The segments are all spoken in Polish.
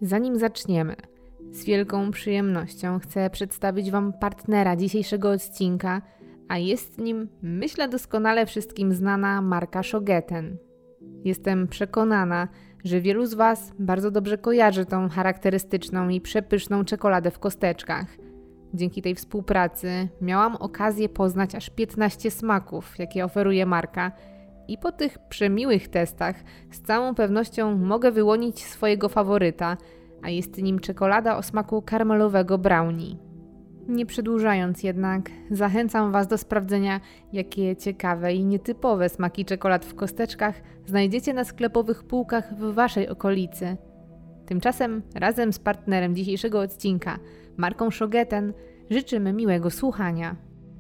Zanim zaczniemy, z wielką przyjemnością chcę przedstawić Wam partnera dzisiejszego odcinka, a jest nim, myślę, doskonale wszystkim znana marka Shogeten. Jestem przekonana, że wielu z Was bardzo dobrze kojarzy tą charakterystyczną i przepyszną czekoladę w kosteczkach. Dzięki tej współpracy miałam okazję poznać aż 15 smaków, jakie oferuje marka, i po tych przemiłych testach z całą pewnością mogę wyłonić swojego faworyta, a jest nim czekolada o smaku karmelowego brownie. Nie przedłużając jednak, zachęcam Was do sprawdzenia, jakie ciekawe i nietypowe smaki czekolad w kosteczkach znajdziecie na sklepowych półkach w Waszej okolicy. Tymczasem razem z partnerem dzisiejszego odcinka, marką Shogeten, życzymy miłego słuchania.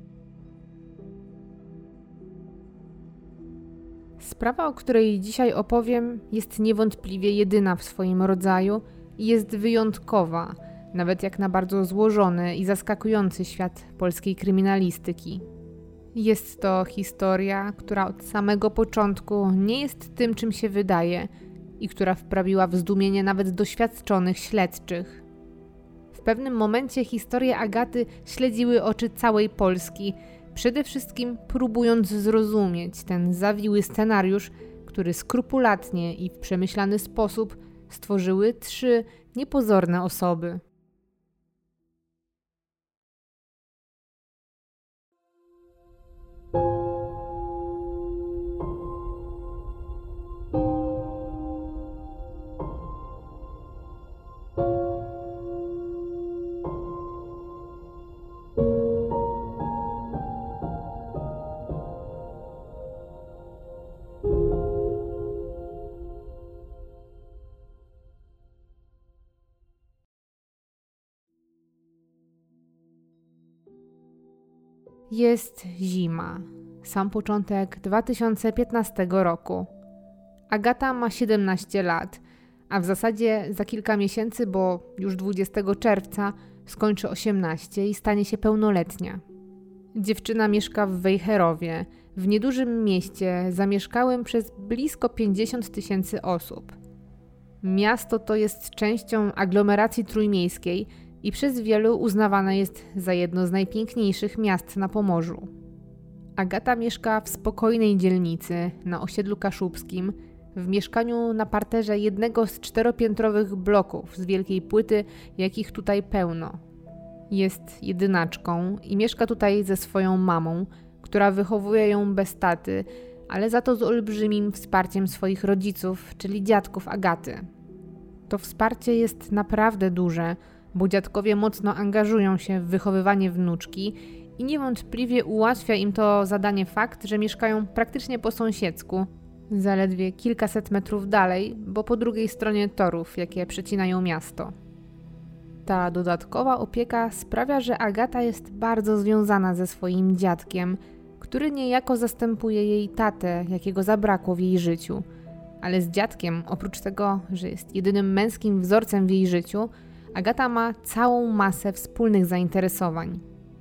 Sprawa, o której dzisiaj opowiem, jest niewątpliwie jedyna w swoim rodzaju i jest wyjątkowa, nawet jak na bardzo złożony i zaskakujący świat polskiej kryminalistyki. Jest to historia, która od samego początku nie jest tym, czym się wydaje i która wprawiła w zdumienie nawet doświadczonych śledczych. W pewnym momencie historię Agaty śledziły oczy całej Polski, przede wszystkim próbując zrozumieć ten zawiły scenariusz, który skrupulatnie i w przemyślany sposób stworzyły 3 niepozorne osoby. Jest zima, sam początek 2015 roku. Agata ma 17 lat, a w zasadzie za kilka miesięcy, bo już 20 czerwca skończy 18 i stanie się pełnoletnia. Dziewczyna mieszka w Wejherowie, w niedużym mieście zamieszkałym przez blisko 50 000 osób. Miasto to jest częścią aglomeracji trójmiejskiej i przez wielu uznawane jest za jedno z najpiękniejszych miast na Pomorzu. Agata mieszka w spokojnej dzielnicy na osiedlu kaszubskim, w mieszkaniu na parterze jednego z 4-piętrowych bloków z wielkiej płyty, jakich tutaj pełno. Jest jedynaczką i mieszka tutaj ze swoją mamą, która wychowuje ją bez taty, ale za to z olbrzymim wsparciem swoich rodziców, czyli dziadków Agaty. To wsparcie jest naprawdę duże, bo dziadkowie mocno angażują się w wychowywanie wnuczki i niewątpliwie ułatwia im to zadanie fakt, że mieszkają praktycznie po sąsiedzku, zaledwie kilkaset metrów dalej, bo po drugiej stronie torów, jakie przecinają miasto. Ta dodatkowa opieka sprawia, że Agata jest bardzo związana ze swoim dziadkiem, który niejako zastępuje jej tatę, jakiego zabrakło w jej życiu. Ale z dziadkiem, oprócz tego, że jest jedynym męskim wzorcem w jej życiu, Agata ma całą masę wspólnych zainteresowań.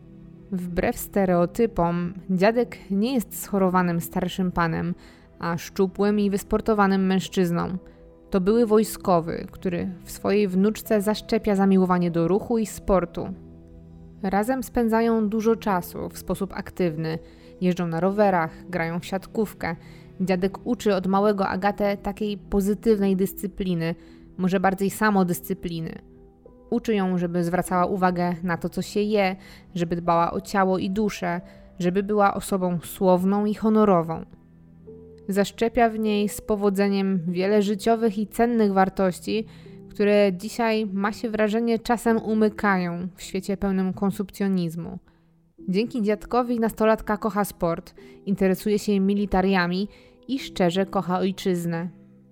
Wbrew stereotypom, dziadek nie jest schorowanym starszym panem, a szczupłym i wysportowanym mężczyzną. To były wojskowy, który w swojej wnuczce zaszczepia zamiłowanie do ruchu i sportu. Razem spędzają dużo czasu w sposób aktywny, jeżdżą na rowerach, grają w siatkówkę. Dziadek uczy od małego Agatę takiej pozytywnej dyscypliny, może bardziej samodyscypliny. Uczy ją, żeby zwracała uwagę na to, co się je, żeby dbała o ciało i duszę, żeby była osobą słowną i honorową. Zaszczepia w niej z powodzeniem wiele życiowych i cennych wartości, które dzisiaj, ma się wrażenie, czasem umykają w świecie pełnym konsumpcjonizmu. Dzięki dziadkowi nastolatka kocha sport, interesuje się militariami i szczerze kocha ojczyznę.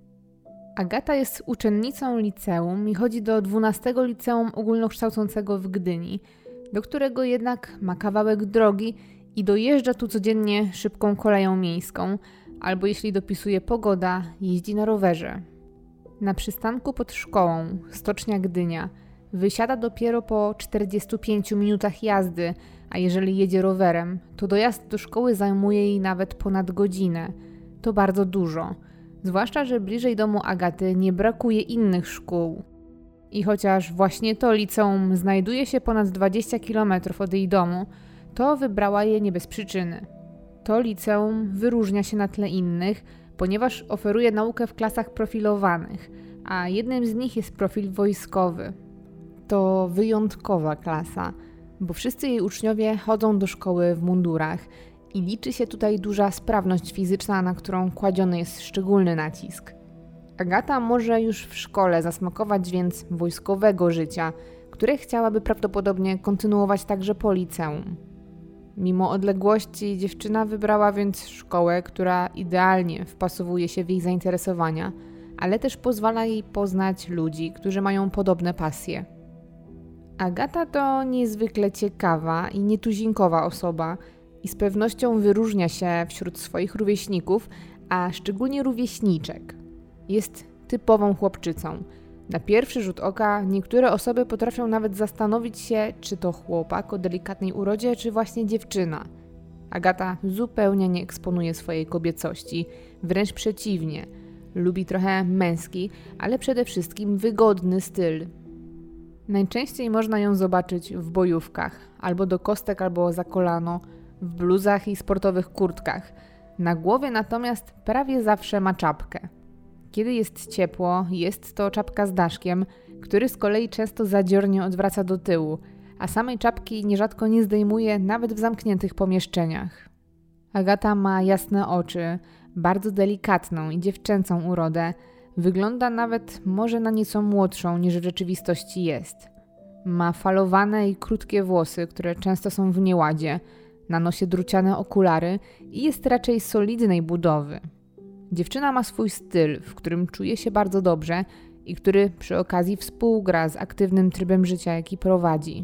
Agata jest uczennicą liceum i chodzi do 12 liceum ogólnokształcącego w Gdyni, do którego jednak ma kawałek drogi i dojeżdża tu codziennie szybką koleją miejską, albo jeśli dopisuje pogoda, jeździ na rowerze. Na przystanku pod szkołą, stocznia Gdynia, wysiada dopiero po 45 minutach jazdy, a jeżeli jedzie rowerem, to dojazd do szkoły zajmuje jej nawet ponad godzinę. To bardzo dużo. Zwłaszcza, że bliżej domu Agaty nie brakuje innych szkół. I chociaż właśnie to liceum znajduje się ponad 20 km od jej domu, to wybrała je nie bez przyczyny. To liceum wyróżnia się na tle innych, ponieważ oferuje naukę w klasach profilowanych, a jednym z nich jest profil wojskowy. To wyjątkowa klasa, bo wszyscy jej uczniowie chodzą do szkoły w mundurach i liczy się tutaj duża sprawność fizyczna, na którą kładziony jest szczególny nacisk. Agata może już w szkole zasmakować więc wojskowego życia, które chciałaby prawdopodobnie kontynuować także po liceum. Mimo odległości dziewczyna wybrała więc szkołę, która idealnie wpasowuje się w jej zainteresowania, ale też pozwala jej poznać ludzi, którzy mają podobne pasje. Agata to niezwykle ciekawa i nietuzinkowa osoba i z pewnością wyróżnia się wśród swoich rówieśników, a szczególnie rówieśniczek. Jest typową chłopczycą. Na pierwszy rzut oka niektóre osoby potrafią nawet zastanowić się, czy to chłopak o delikatnej urodzie, czy właśnie dziewczyna. Agata zupełnie nie eksponuje swojej kobiecości, wręcz przeciwnie. Lubi trochę męski, ale przede wszystkim wygodny styl. Najczęściej można ją zobaczyć w bojówkach, albo do kostek, albo za kolano, w bluzach i sportowych kurtkach. Na głowie natomiast prawie zawsze ma czapkę. Kiedy jest ciepło, jest to czapka z daszkiem, który z kolei często zadziornie odwraca do tyłu, a samej czapki nierzadko nie zdejmuje nawet w zamkniętych pomieszczeniach. Agata ma jasne oczy, bardzo delikatną i dziewczęcą urodę, wygląda nawet może na nieco młodszą niż w rzeczywistości jest. Ma falowane i krótkie włosy, które często są w nieładzie, na nosie druciane okulary i jest raczej solidnej budowy. Dziewczyna ma swój styl, w którym czuje się bardzo dobrze i który przy okazji współgra z aktywnym trybem życia, jaki prowadzi.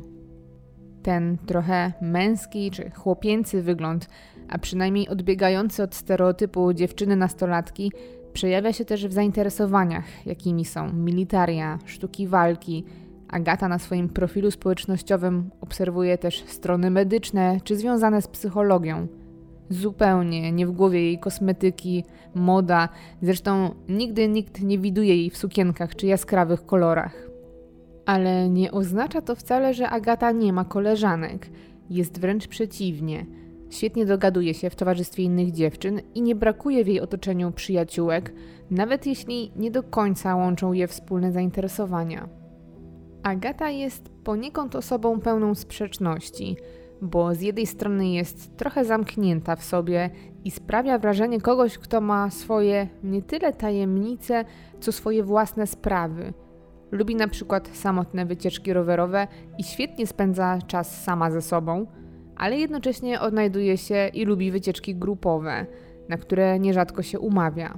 Ten trochę męski czy chłopięcy wygląd, a przynajmniej odbiegający od stereotypu dziewczyny nastolatki, przejawia się też w zainteresowaniach, jakimi są militaria, sztuki walki. Agata na swoim profilu społecznościowym obserwuje też strony medyczne czy związane z psychologią. Zupełnie nie w głowie jej kosmetyki, moda, zresztą nigdy nikt nie widuje jej w sukienkach czy jaskrawych kolorach. Ale nie oznacza to wcale, że Agata nie ma koleżanek. Jest wręcz przeciwnie. Świetnie dogaduje się w towarzystwie innych dziewczyn i nie brakuje w jej otoczeniu przyjaciółek, nawet jeśli nie do końca łączą je wspólne zainteresowania. Agata jest poniekąd osobą pełną sprzeczności, bo z jednej strony jest trochę zamknięta w sobie i sprawia wrażenie kogoś, kto ma swoje nie tyle tajemnice, co swoje własne sprawy. Lubi na przykład samotne wycieczki rowerowe i świetnie spędza czas sama ze sobą, ale jednocześnie odnajduje się i lubi wycieczki grupowe, na które nierzadko się umawia.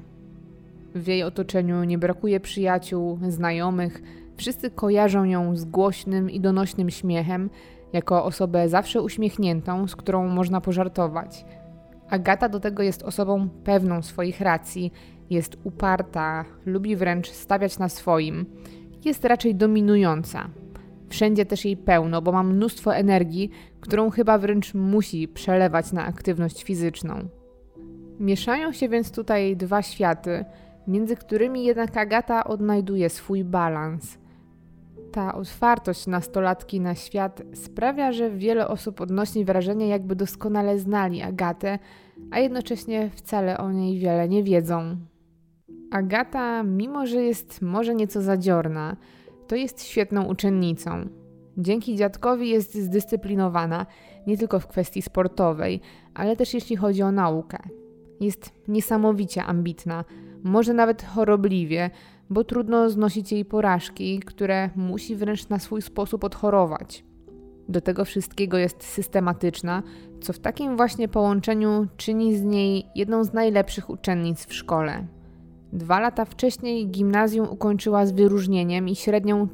W jej otoczeniu nie brakuje przyjaciół, znajomych, wszyscy kojarzą ją z głośnym i donośnym śmiechem, jako osobę zawsze uśmiechniętą, z którą można pożartować. Agata do tego jest osobą pewną swoich racji, jest uparta, lubi wręcz stawiać na swoim, jest raczej dominująca. Wszędzie też jej pełno, bo ma mnóstwo energii, którą chyba wręcz musi przelewać na aktywność fizyczną. Mieszają się więc tutaj dwa światy, między którymi jednak Agata odnajduje swój balans. Ta otwartość nastolatki na świat sprawia, że wiele osób odnosi wrażenie, jakby doskonale znali Agatę, a jednocześnie wcale o niej wiele nie wiedzą. Agata, mimo że jest może nieco zadziorna, to jest świetną uczennicą. Dzięki dziadkowi jest zdyscyplinowana, nie tylko w kwestii sportowej, ale też jeśli chodzi o naukę. Jest niesamowicie ambitna, może nawet chorobliwie, bo trudno znosić jej porażki, które musi wręcz na swój sposób odchorować. Do tego wszystkiego jest systematyczna, co w takim właśnie połączeniu czyni z niej jedną z najlepszych uczennic w szkole. 2 lata wcześniej gimnazjum ukończyła z wyróżnieniem i średnią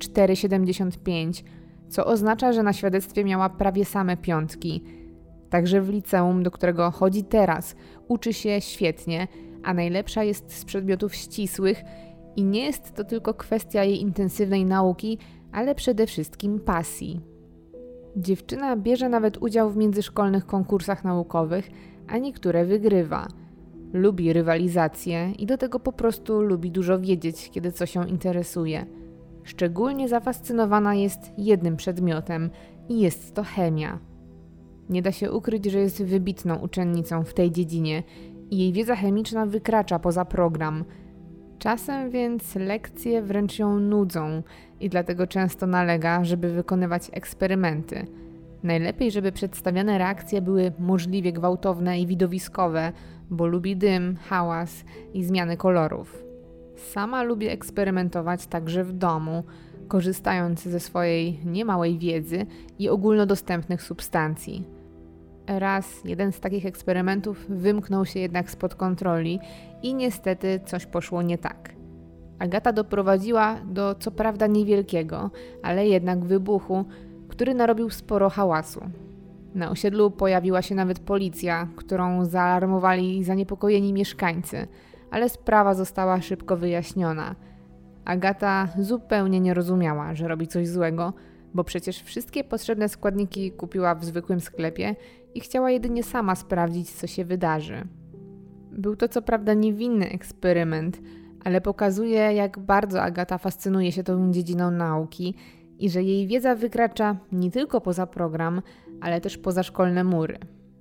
4,75, co oznacza, że na świadectwie miała prawie same piątki. Także w liceum, do którego chodzi teraz, uczy się świetnie, a najlepsza jest z przedmiotów ścisłych i nie jest to tylko kwestia jej intensywnej nauki, ale przede wszystkim pasji. Dziewczyna bierze nawet udział w międzyszkolnych konkursach naukowych, a niektóre wygrywa. Lubi rywalizację i do tego po prostu lubi dużo wiedzieć, kiedy coś ją interesuje. Szczególnie zafascynowana jest jednym przedmiotem i jest to chemia. Nie da się ukryć, że jest wybitną uczennicą w tej dziedzinie i jej wiedza chemiczna wykracza poza program. Czasem więc lekcje wręcz ją nudzą i dlatego często nalega, żeby wykonywać eksperymenty. Najlepiej, żeby przedstawiane reakcje były możliwie gwałtowne i widowiskowe, bo lubi dym, hałas i zmiany kolorów. Sama lubi eksperymentować także w domu, korzystając ze swojej niemałej wiedzy i ogólnodostępnych substancji. Raz jeden z takich eksperymentów wymknął się jednak spod kontroli i niestety coś poszło nie tak. Agata doprowadziła do co prawda niewielkiego, ale jednak wybuchu, który narobił sporo hałasu. Na osiedlu pojawiła się nawet policja, którą zaalarmowali zaniepokojeni mieszkańcy, ale sprawa została szybko wyjaśniona. Agata zupełnie nie rozumiała, że robi coś złego, bo przecież wszystkie potrzebne składniki kupiła w zwykłym sklepie i chciała jedynie sama sprawdzić, co się wydarzy. Był to co prawda niewinny eksperyment, ale pokazuje, jak bardzo Agata fascynuje się tą dziedziną nauki i że jej wiedza wykracza nie tylko poza program, ale też poza szkolne mury.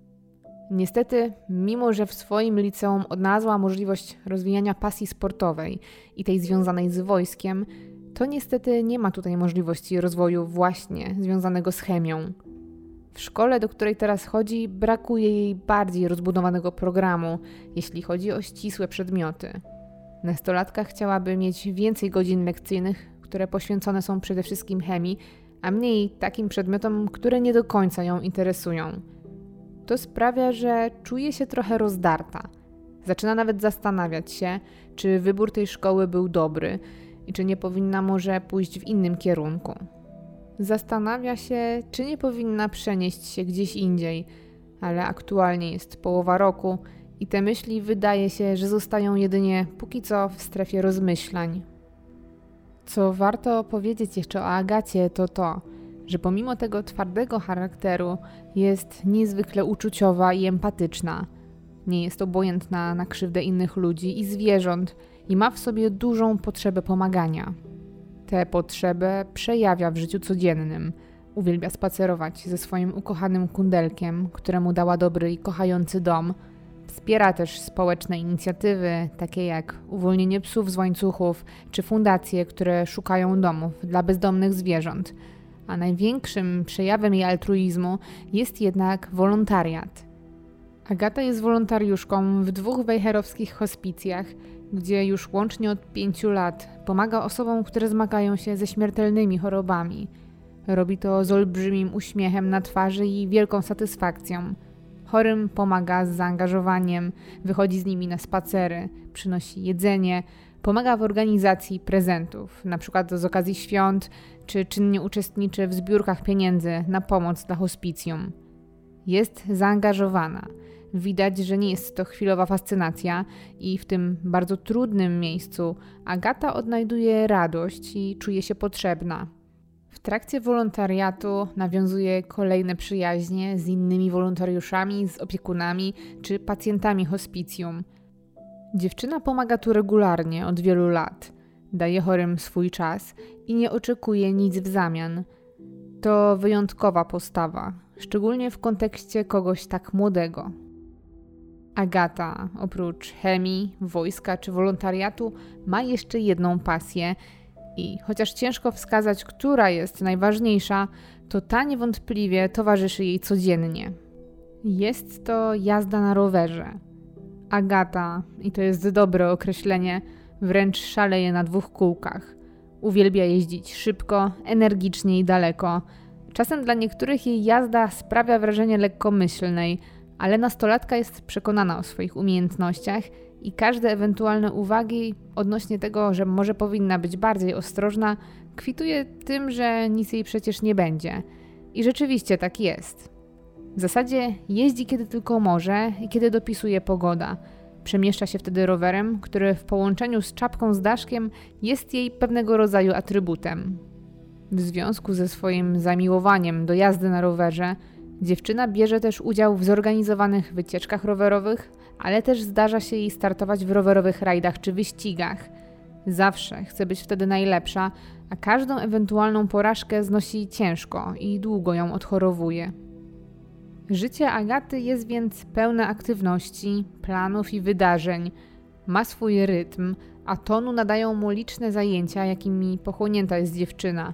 Niestety, mimo że w swoim liceum odnalazła możliwość rozwijania pasji sportowej i tej związanej z wojskiem, to niestety nie ma tutaj możliwości rozwoju właśnie związanego z chemią. W szkole, do której teraz chodzi, brakuje jej bardziej rozbudowanego programu, jeśli chodzi o ścisłe przedmioty. Nastolatka chciałaby mieć więcej godzin lekcyjnych, które poświęcone są przede wszystkim chemii, a mniej takim przedmiotom, które nie do końca ją interesują. To sprawia, że czuje się trochę rozdarta. Zaczyna nawet zastanawiać się, czy wybór tej szkoły był dobry i czy nie powinna może pójść w innym kierunku. Zastanawia się, czy nie powinna przenieść się gdzieś indziej, ale aktualnie jest połowa roku i te myśli wydaje się, że zostają jedynie póki co w strefie rozmyślań. Co warto powiedzieć jeszcze o Agacie, to to, że pomimo tego twardego charakteru jest niezwykle uczuciowa i empatyczna. Nie jest obojętna na krzywdę innych ludzi i zwierząt i ma w sobie dużą potrzebę pomagania. Tę potrzebę przejawia w życiu codziennym. Uwielbia spacerować ze swoim ukochanym kundelkiem, któremu dała dobry i kochający dom. Wspiera też społeczne inicjatywy, takie jak uwolnienie psów z łańcuchów, czy fundacje, które szukają domów dla bezdomnych zwierząt. A największym przejawem jej altruizmu jest jednak wolontariat. Agata jest wolontariuszką w 2 wejherowskich hospicjach, gdzie już łącznie od 5 lat pomaga osobom, które zmagają się ze śmiertelnymi chorobami. Robi to z olbrzymim uśmiechem na twarzy i wielką satysfakcją. Chorym pomaga z zaangażowaniem, wychodzi z nimi na spacery, przynosi jedzenie, pomaga w organizacji prezentów, np. z okazji świąt, czy czynnie uczestniczy w zbiórkach pieniędzy na pomoc dla hospicjum. Jest zaangażowana. Widać, że nie jest to chwilowa fascynacja i w tym bardzo trudnym miejscu Agata odnajduje radość i czuje się potrzebna. W trakcie wolontariatu nawiązuje kolejne przyjaźnie z innymi wolontariuszami, z opiekunami czy pacjentami hospicjum. Dziewczyna pomaga tu regularnie od wielu lat. Daje chorym swój czas i nie oczekuje nic w zamian. To wyjątkowa postawa, szczególnie w kontekście kogoś tak młodego. Agata, oprócz chemii, wojska czy wolontariatu, ma jeszcze jedną pasję i chociaż ciężko wskazać, która jest najważniejsza, to ta niewątpliwie towarzyszy jej codziennie. Jest to jazda na rowerze. Agata, i to jest dobre określenie, wręcz szaleje na 2 kółkach. Uwielbia jeździć szybko, energicznie i daleko. Czasem dla niektórych jej jazda sprawia wrażenie lekkomyślnej, ale nastolatka jest przekonana o swoich umiejętnościach i każde ewentualne uwagi odnośnie tego, że może powinna być bardziej ostrożna, kwituje tym, że nic jej przecież nie będzie. I rzeczywiście tak jest. W zasadzie jeździ kiedy tylko może i kiedy dopisuje pogoda. Przemieszcza się wtedy rowerem, który w połączeniu z czapką z daszkiem jest jej pewnego rodzaju atrybutem. W związku ze swoim zamiłowaniem do jazdy na rowerze, dziewczyna bierze też udział w zorganizowanych wycieczkach rowerowych, ale też zdarza się jej startować w rowerowych rajdach czy wyścigach. Zawsze chce być wtedy najlepsza, a każdą ewentualną porażkę znosi ciężko i długo ją odchorowuje. Życie Agaty jest więc pełne aktywności, planów i wydarzeń. Ma swój rytm, a tonu nadają mu liczne zajęcia, jakimi pochłonięta jest dziewczyna.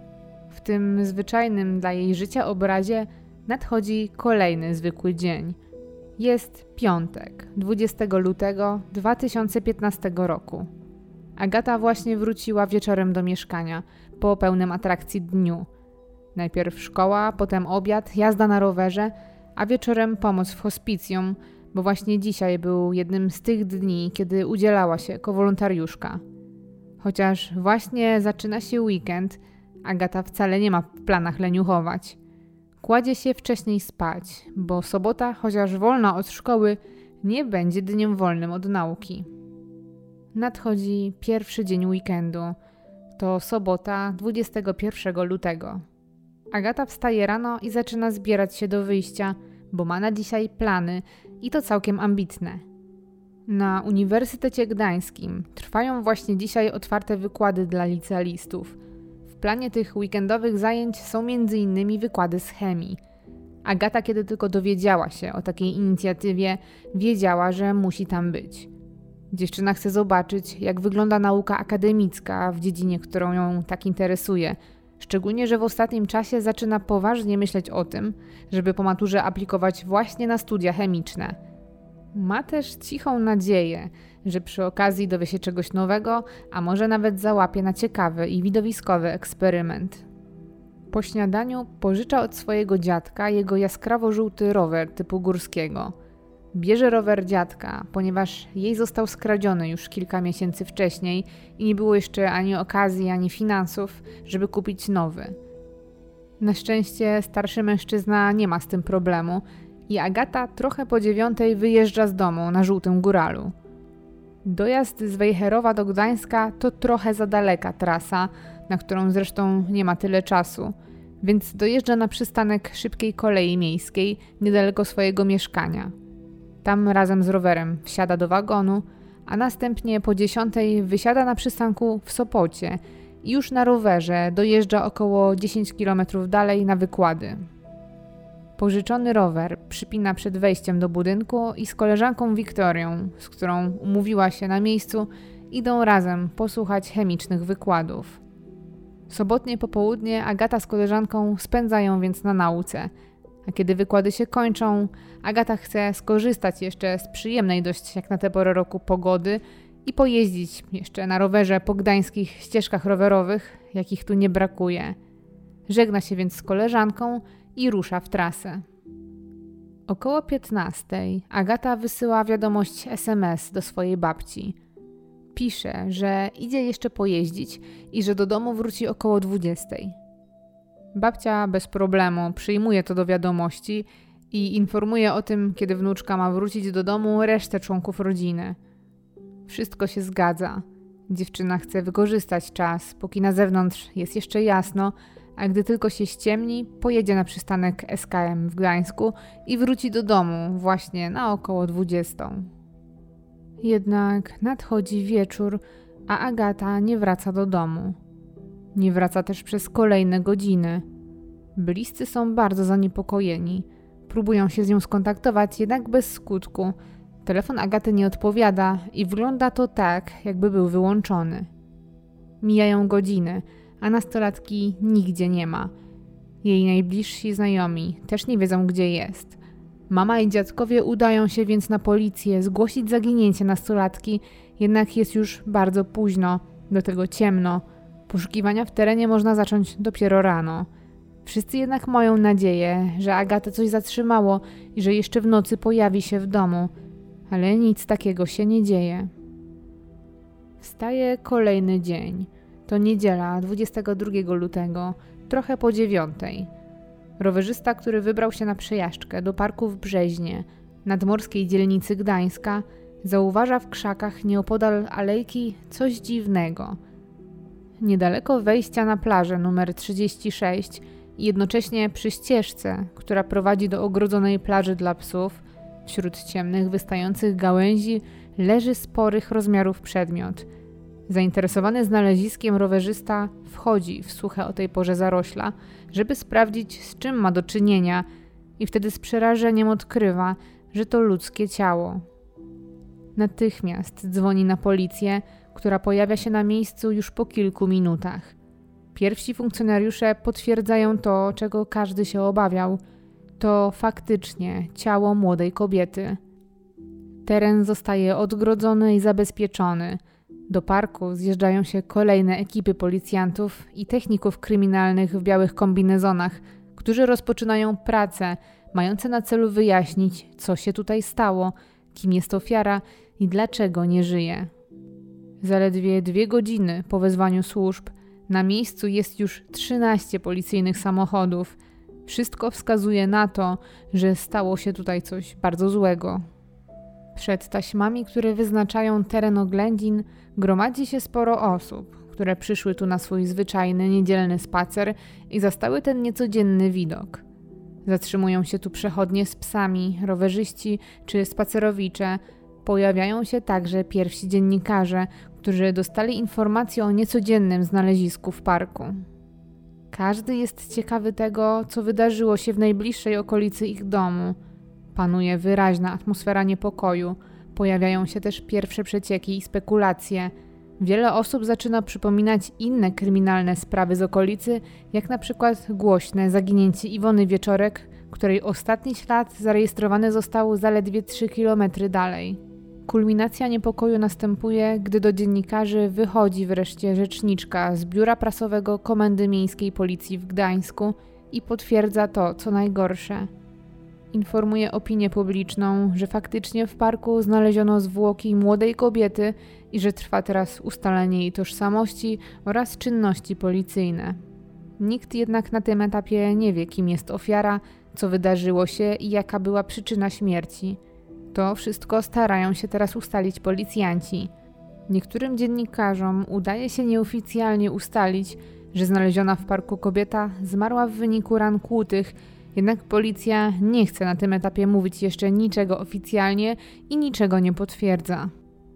W tym zwyczajnym dla jej życia obrazie nadchodzi kolejny zwykły dzień. Jest piątek, 20 lutego 2015 roku. Agata właśnie wróciła wieczorem do mieszkania, po pełnym atrakcji dniu. Najpierw szkoła, potem obiad, jazda na rowerze, a wieczorem pomoc w hospicjum, bo właśnie dzisiaj był jednym z tych dni, kiedy udzielała się jako wolontariuszka. Chociaż właśnie zaczyna się weekend, Agata wcale nie ma w planach leniuchować. Kładzie się wcześniej spać, bo sobota, chociaż wolna od szkoły, nie będzie dniem wolnym od nauki. Nadchodzi pierwszy dzień weekendu. To sobota, 21 lutego. Agata wstaje rano i zaczyna zbierać się do wyjścia, bo ma na dzisiaj plany i to całkiem ambitne. Na Uniwersytecie Gdańskim trwają właśnie dzisiaj otwarte wykłady dla licealistów. W planie tych weekendowych zajęć są m.in. wykłady z chemii. Agata, kiedy tylko dowiedziała się o takiej inicjatywie, wiedziała, że musi tam być. Dziewczyna chce zobaczyć, jak wygląda nauka akademicka w dziedzinie, którą ją tak interesuje. Szczególnie, że w ostatnim czasie zaczyna poważnie myśleć o tym, żeby po maturze aplikować właśnie na studia chemiczne. Ma też cichą nadzieję, że przy okazji dowie się czegoś nowego, a może nawet załapie na ciekawy i widowiskowy eksperyment. Po śniadaniu pożycza od swojego dziadka jego jaskrawo-żółty rower typu górskiego. Bierze rower dziadka, ponieważ jej został skradziony już kilka miesięcy wcześniej i nie było jeszcze ani okazji, ani finansów, żeby kupić nowy. Na szczęście starszy mężczyzna nie ma z tym problemu i Agata trochę po 9:00 wyjeżdża z domu na żółtym góralu. Dojazd z Wejherowa do Gdańska to trochę za daleka trasa, na którą zresztą nie ma tyle czasu, więc dojeżdża na przystanek szybkiej kolei miejskiej niedaleko swojego mieszkania. Tam razem z rowerem wsiada do wagonu, a następnie po 10:00 wysiada na przystanku w Sopocie i już na rowerze dojeżdża około 10 km dalej na wykłady. Pożyczony rower przypina przed wejściem do budynku i z koleżanką Wiktorią, z którą umówiła się na miejscu, idą razem posłuchać chemicznych wykładów. Sobotnie popołudnie Agata z koleżanką spędzają więc na nauce, a kiedy wykłady się kończą, Agata chce skorzystać jeszcze z przyjemnej dość jak na tę porę roku pogody i pojeździć jeszcze na rowerze po gdańskich ścieżkach rowerowych, jakich tu nie brakuje. Żegna się więc z koleżanką i rusza w trasę. Około 15:00 Agata wysyła wiadomość SMS do swojej babci. Pisze, że idzie jeszcze pojeździć i że do domu wróci około 20:00. Babcia bez problemu przyjmuje to do wiadomości i informuje o tym, kiedy wnuczka ma wrócić do domu, resztę członków rodziny. Wszystko się zgadza. Dziewczyna chce wykorzystać czas, póki na zewnątrz jest jeszcze jasno, a gdy tylko się ściemni, pojedzie na przystanek SKM w Gdańsku i wróci do domu właśnie na około 20:00. Jednak nadchodzi wieczór, a Agata nie wraca do domu. Nie wraca też przez kolejne godziny. Bliscy są bardzo zaniepokojeni. Próbują się z nią skontaktować, jednak bez skutku. Telefon Agaty nie odpowiada i wygląda to tak, jakby był wyłączony. Mijają godziny, a nastolatki nigdzie nie ma. Jej najbliżsi znajomi też nie wiedzą, gdzie jest. Mama i dziadkowie udają się więc na policję zgłosić zaginięcie nastolatki, jednak jest już bardzo późno, do tego ciemno. Poszukiwania w terenie można zacząć dopiero rano. Wszyscy jednak mają nadzieję, że Agatę coś zatrzymało i że jeszcze w nocy pojawi się w domu, ale nic takiego się nie dzieje. Wstaje kolejny dzień. To niedziela, 22 lutego, trochę po 9:00. Rowerzysta, który wybrał się na przejażdżkę do parku w Brzeźnie, nadmorskiej dzielnicy Gdańska, zauważa w krzakach nieopodal alejki coś dziwnego. Niedaleko wejścia na plażę numer 36 i jednocześnie przy ścieżce, która prowadzi do ogrodzonej plaży dla psów, wśród ciemnych, wystających gałęzi leży sporych rozmiarów przedmiot. Zainteresowany znaleziskiem rowerzysta wchodzi w suche o tej porze zarośla, żeby sprawdzić, z czym ma do czynienia, i wtedy z przerażeniem odkrywa, że to ludzkie ciało. Natychmiast dzwoni na policję, która pojawia się na miejscu już po kilku minutach. Pierwsi funkcjonariusze potwierdzają to, czego każdy się obawiał. To faktycznie ciało młodej kobiety. Teren zostaje odgrodzony i zabezpieczony. Do parku zjeżdżają się kolejne ekipy policjantów i techników kryminalnych w białych kombinezonach, którzy rozpoczynają pracę, mające na celu wyjaśnić, co się tutaj stało, kim jest ofiara i dlaczego nie żyje. Zaledwie 2 godziny po wezwaniu służb na miejscu jest już 13 policyjnych samochodów. Wszystko wskazuje na to, że stało się tutaj coś bardzo złego. Przed taśmami, które wyznaczają teren oględzin, gromadzi się sporo osób, które przyszły tu na swój zwyczajny, niedzielny spacer i zastały ten niecodzienny widok. Zatrzymują się tu przechodnie z psami, rowerzyści czy spacerowicze. Pojawiają się także pierwsi dziennikarze, którzy dostali informację o niecodziennym znalezisku w parku. Każdy jest ciekawy tego, co wydarzyło się w najbliższej okolicy ich domu. Panuje wyraźna atmosfera niepokoju. Pojawiają się też pierwsze przecieki i spekulacje. Wiele osób zaczyna przypominać inne kryminalne sprawy z okolicy, jak na przykład głośne zaginięcie Iwony Wieczorek, której ostatni ślad zarejestrowany został zaledwie 3 km dalej. Kulminacja niepokoju następuje, gdy do dziennikarzy wychodzi wreszcie rzeczniczka z biura prasowego Komendy Miejskiej Policji w Gdańsku i potwierdza to, co najgorsze. Informuje opinię publiczną, że faktycznie w parku znaleziono zwłoki młodej kobiety i że trwa teraz ustalenie jej tożsamości oraz czynności policyjne. Nikt jednak na tym etapie nie wie, kim jest ofiara, co wydarzyło się i jaka była przyczyna śmierci. To wszystko starają się teraz ustalić policjanci. Niektórym dziennikarzom udaje się nieoficjalnie ustalić, że znaleziona w parku kobieta zmarła w wyniku ran kłutych, jednak policja nie chce na tym etapie mówić jeszcze niczego oficjalnie i niczego nie potwierdza.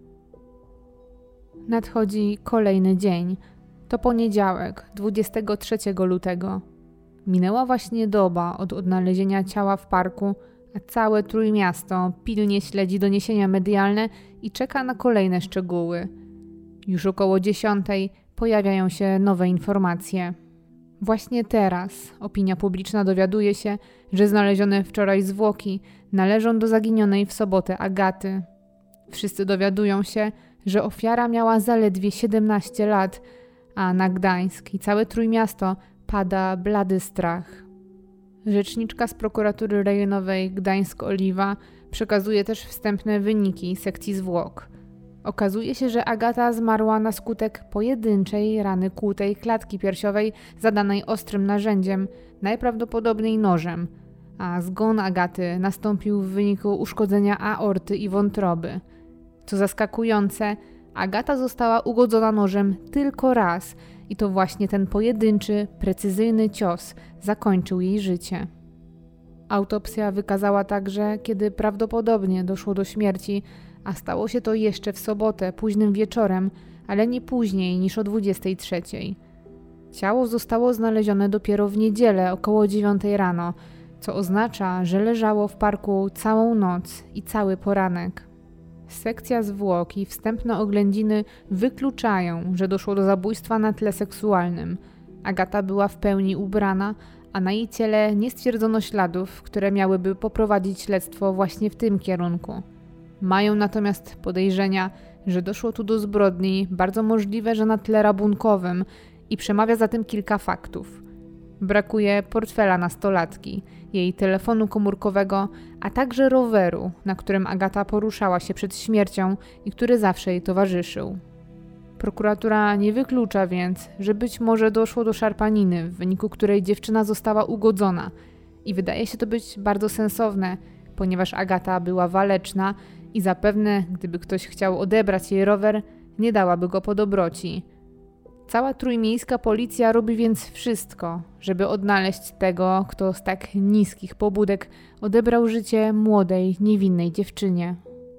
Nadchodzi kolejny dzień. To poniedziałek, 23 lutego. Minęła właśnie doba od odnalezienia ciała w parku, a całe Trójmiasto pilnie śledzi doniesienia medialne i czeka na kolejne szczegóły. Już około 10 pojawiają się nowe informacje. Właśnie teraz opinia publiczna dowiaduje się, że znalezione wczoraj zwłoki należą do zaginionej w sobotę Agaty. Wszyscy dowiadują się, że ofiara miała zaledwie 17 lat, a na Gdańsk i całe Trójmiasto pada blady strach. Rzeczniczka z prokuratury rejonowej Gdańsk-Oliwa przekazuje też wstępne wyniki sekcji zwłok. Okazuje się, że Agata zmarła na skutek pojedynczej rany kłutej klatki piersiowej zadanej ostrym narzędziem, najprawdopodobniej nożem, a zgon Agaty nastąpił w wyniku uszkodzenia aorty i wątroby. Co zaskakujące, Agata została ugodzona nożem tylko raz i to właśnie ten pojedynczy, precyzyjny cios zakończył jej życie. Autopsja wykazała także, kiedy prawdopodobnie doszło do śmierci, a stało się to jeszcze w sobotę, późnym wieczorem, ale nie później niż o 23. Ciało zostało znalezione dopiero w niedzielę około 9 rano, co oznacza, że leżało w parku całą noc i cały poranek. Sekcja zwłok i wstępne oględziny wykluczają, że doszło do zabójstwa na tle seksualnym. Agata była w pełni ubrana, a na jej ciele nie stwierdzono śladów, które miałyby poprowadzić śledztwo właśnie w tym kierunku. Mają natomiast podejrzenia, że doszło tu do zbrodni, bardzo możliwe, że na tle rabunkowym, i przemawia za tym kilka faktów. Brakuje portfela nastolatki, jej telefonu komórkowego, a także roweru, na którym Agata poruszała się przed śmiercią i który zawsze jej towarzyszył. Prokuratura nie wyklucza więc, że być może doszło do szarpaniny, w wyniku której dziewczyna została ugodzona, i wydaje się to być bardzo sensowne, ponieważ Agata była waleczna i zapewne, gdyby ktoś chciał odebrać jej rower, nie dałaby go po dobroci. Cała trójmiejska policja robi więc wszystko, żeby odnaleźć tego, kto z tak niskich pobudek odebrał życie młodej, niewinnej dziewczynie.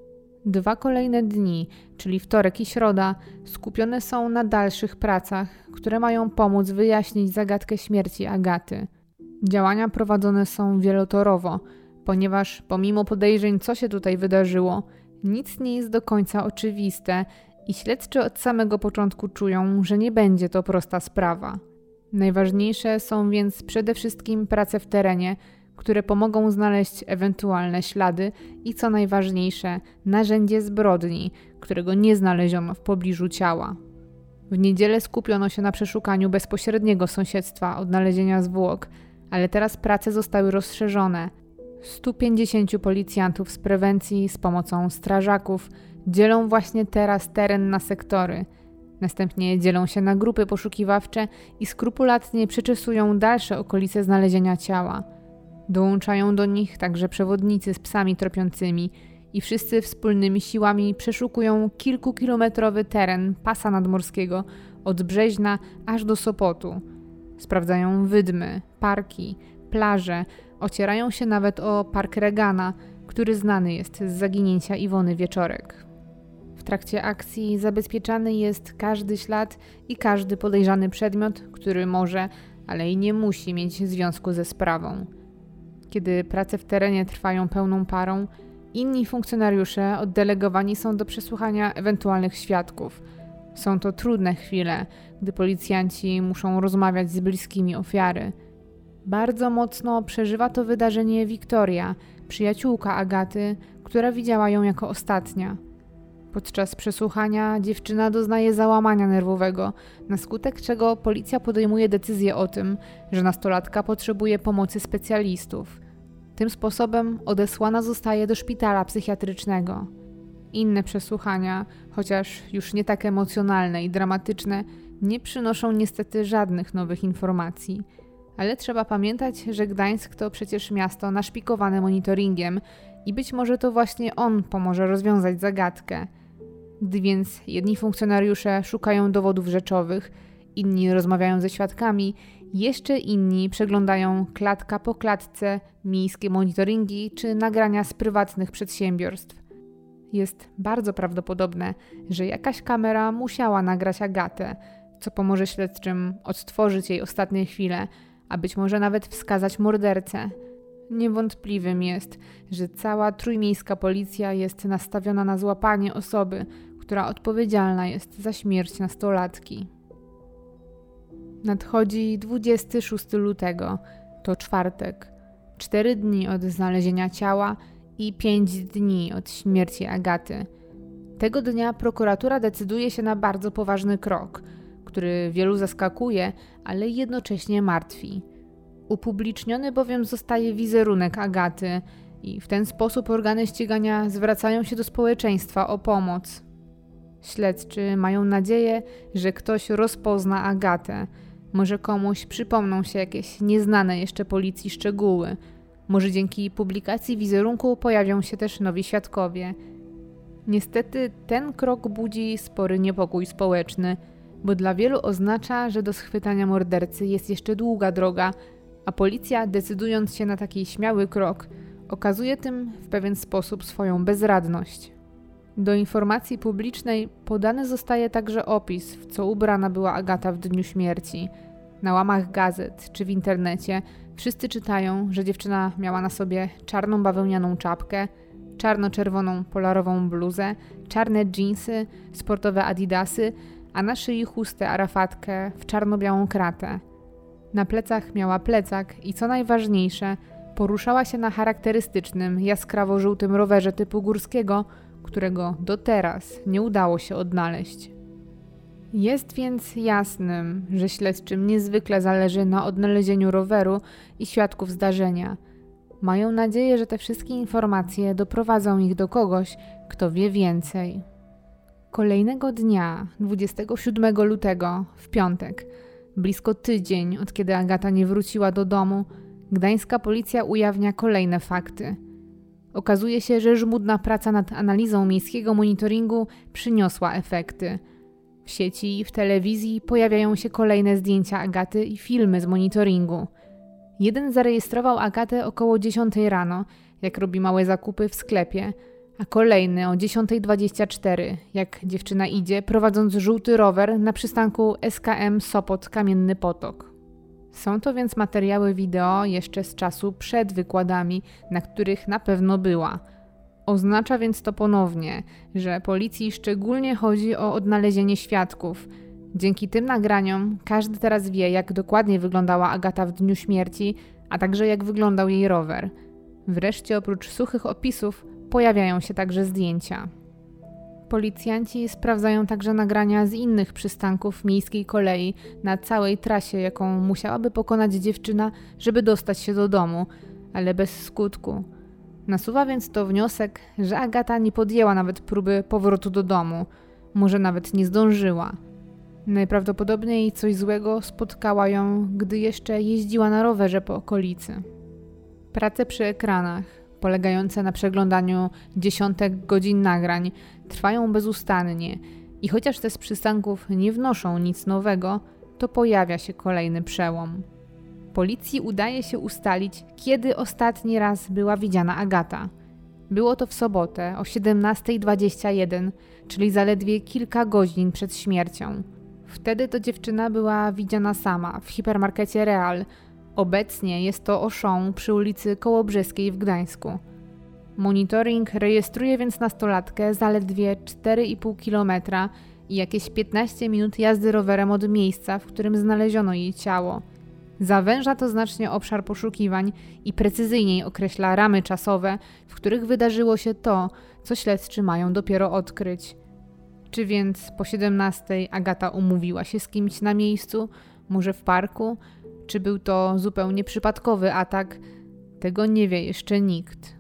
2 kolejne dni, czyli wtorek i środa, skupione są na dalszych pracach, które mają pomóc wyjaśnić zagadkę śmierci Agaty. Działania prowadzone są wielotorowo, ponieważ pomimo podejrzeń, co się tutaj wydarzyło, nic nie jest do końca oczywiste i śledczy od samego początku czują, że nie będzie to prosta sprawa. Najważniejsze są więc przede wszystkim prace w terenie, które pomogą znaleźć ewentualne ślady i co najważniejsze, narzędzie zbrodni, którego nie znaleziono w pobliżu ciała. W niedzielę skupiono się na przeszukaniu bezpośredniego sąsiedztwa odnalezienia zwłok, ale teraz prace zostały rozszerzone. 150 policjantów z prewencji z pomocą strażaków dzielą właśnie teraz teren na sektory. Następnie dzielą się na grupy poszukiwawcze i skrupulatnie przeczesują dalsze okolice znalezienia ciała. Dołączają do nich także przewodnicy z psami tropiącymi i wszyscy wspólnymi siłami przeszukują kilkukilometrowy teren pasa nadmorskiego od Brzeźna aż do Sopotu. Sprawdzają wydmy, parki, plaże, ocierają się nawet o park Regana, który znany jest z zaginięcia Iwony Wieczorek. W trakcie akcji zabezpieczany jest każdy ślad i każdy podejrzany przedmiot, który może, ale i nie musi mieć związku ze sprawą. Kiedy prace w terenie trwają pełną parą, inni funkcjonariusze oddelegowani są do przesłuchania ewentualnych świadków. Są to trudne chwile, gdy policjanci muszą rozmawiać z bliskimi ofiary. Bardzo mocno przeżywa to wydarzenie Wiktoria, przyjaciółka Agaty, która widziała ją jako ostatnia. Podczas przesłuchania dziewczyna doznaje załamania nerwowego, na skutek czego policja podejmuje decyzję o tym, że nastolatka potrzebuje pomocy specjalistów. Tym sposobem odesłana zostaje do szpitala psychiatrycznego. Inne przesłuchania, chociaż już nie tak emocjonalne i dramatyczne, nie przynoszą niestety żadnych nowych informacji. Ale trzeba pamiętać, że Gdańsk to przecież miasto naszpikowane monitoringiem i być może to właśnie on pomoże rozwiązać zagadkę. Gdy więc jedni funkcjonariusze szukają dowodów rzeczowych, inni rozmawiają ze świadkami, jeszcze inni przeglądają klatka po klatce miejskie monitoringi czy nagrania z prywatnych przedsiębiorstw. Jest bardzo prawdopodobne, że jakaś kamera musiała nagrać Agatę, co pomoże śledczym odtworzyć jej ostatnie chwile, a być może nawet wskazać mordercę. Niewątpliwym jest, że cała trójmiejska policja jest nastawiona na złapanie osoby, która odpowiedzialna jest za śmierć nastolatki. Nadchodzi 26 lutego, to czwartek, 4 dni od znalezienia ciała i 5 dni od śmierci Agaty. Tego dnia prokuratura decyduje się na bardzo poważny krok, który wielu zaskakuje, ale jednocześnie martwi. Upubliczniony bowiem zostaje wizerunek Agaty i w ten sposób organy ścigania zwracają się do społeczeństwa o pomoc. Śledczy mają nadzieję, że ktoś rozpozna Agatę. Może komuś przypomną się jakieś nieznane jeszcze policji szczegóły. Może dzięki publikacji wizerunku pojawią się też nowi świadkowie. Niestety ten krok budzi spory niepokój społeczny, bo dla wielu oznacza, że do schwytania mordercy jest jeszcze długa droga, a policja, decydując się na taki śmiały krok, okazuje tym w pewien sposób swoją bezradność. Do informacji publicznej podany zostaje także opis, w co ubrana była Agata w dniu śmierci. Na łamach gazet czy w internecie wszyscy czytają, że dziewczyna miała na sobie czarną bawełnianą czapkę, czarno-czerwoną polarową bluzę, czarne dżinsy, sportowe adidasy, a na szyi chustę arafatkę w czarno-białą kratę. Na plecach miała plecak i co najważniejsze, poruszała się na charakterystycznym, jaskrawo-żółtym rowerze typu górskiego, którego do teraz nie udało się odnaleźć. Jest więc jasnym, że śledczym niezwykle zależy na odnalezieniu roweru i świadków zdarzenia. Mają nadzieję, że te wszystkie informacje doprowadzą ich do kogoś, kto wie więcej. Kolejnego dnia, 27 lutego, w piątek, blisko tydzień od kiedy Agata nie wróciła do domu, gdańska policja ujawnia kolejne fakty. Okazuje się, że żmudna praca nad analizą miejskiego monitoringu przyniosła efekty. W sieci i w telewizji pojawiają się kolejne zdjęcia Agaty i filmy z monitoringu. Jeden zarejestrował Agatę około 10 rano, jak robi małe zakupy w sklepie, A kolejny o 10:24, jak dziewczyna idzie, prowadząc żółty rower na przystanku SKM Sopot Kamienny Potok. Są to więc materiały wideo jeszcze z czasu przed wykładami, na których na pewno była. Oznacza więc to ponownie, że policji szczególnie chodzi o odnalezienie świadków. Dzięki tym nagraniom każdy teraz wie, jak dokładnie wyglądała Agata w dniu śmierci, a także jak wyglądał jej rower. Wreszcie oprócz suchych opisów pojawiają się także zdjęcia. Policjanci sprawdzają także nagrania z innych przystanków miejskiej kolei na całej trasie, jaką musiałaby pokonać dziewczyna, żeby dostać się do domu, ale bez skutku. Nasuwa więc to wniosek, że Agata nie podjęła nawet próby powrotu do domu, może nawet nie zdążyła. Najprawdopodobniej coś złego spotkało ją, gdy jeszcze jeździła na rowerze po okolicy. Prace przy ekranach, polegające na przeglądaniu dziesiątek godzin nagrań, trwają bezustannie i chociaż te z przystanków nie wnoszą nic nowego, to pojawia się kolejny przełom. Policji udaje się ustalić, kiedy ostatni raz była widziana Agata. Było to w sobotę o 17:21, czyli zaledwie kilka godzin przed śmiercią. Wtedy to dziewczyna była widziana sama w hipermarkecie Real. Obecnie jest to Auchan przy ulicy Kołobrzeskiej w Gdańsku. Monitoring rejestruje więc nastolatkę zaledwie 4,5 km i jakieś 15 minut jazdy rowerem od miejsca, w którym znaleziono jej ciało. Zawęża to znacznie obszar poszukiwań i precyzyjniej określa ramy czasowe, w których wydarzyło się to, co śledczy mają dopiero odkryć. Czy więc po 17:00 Agata umówiła się z kimś na miejscu, może w parku? Czy był to zupełnie przypadkowy atak? Tego nie wie jeszcze nikt.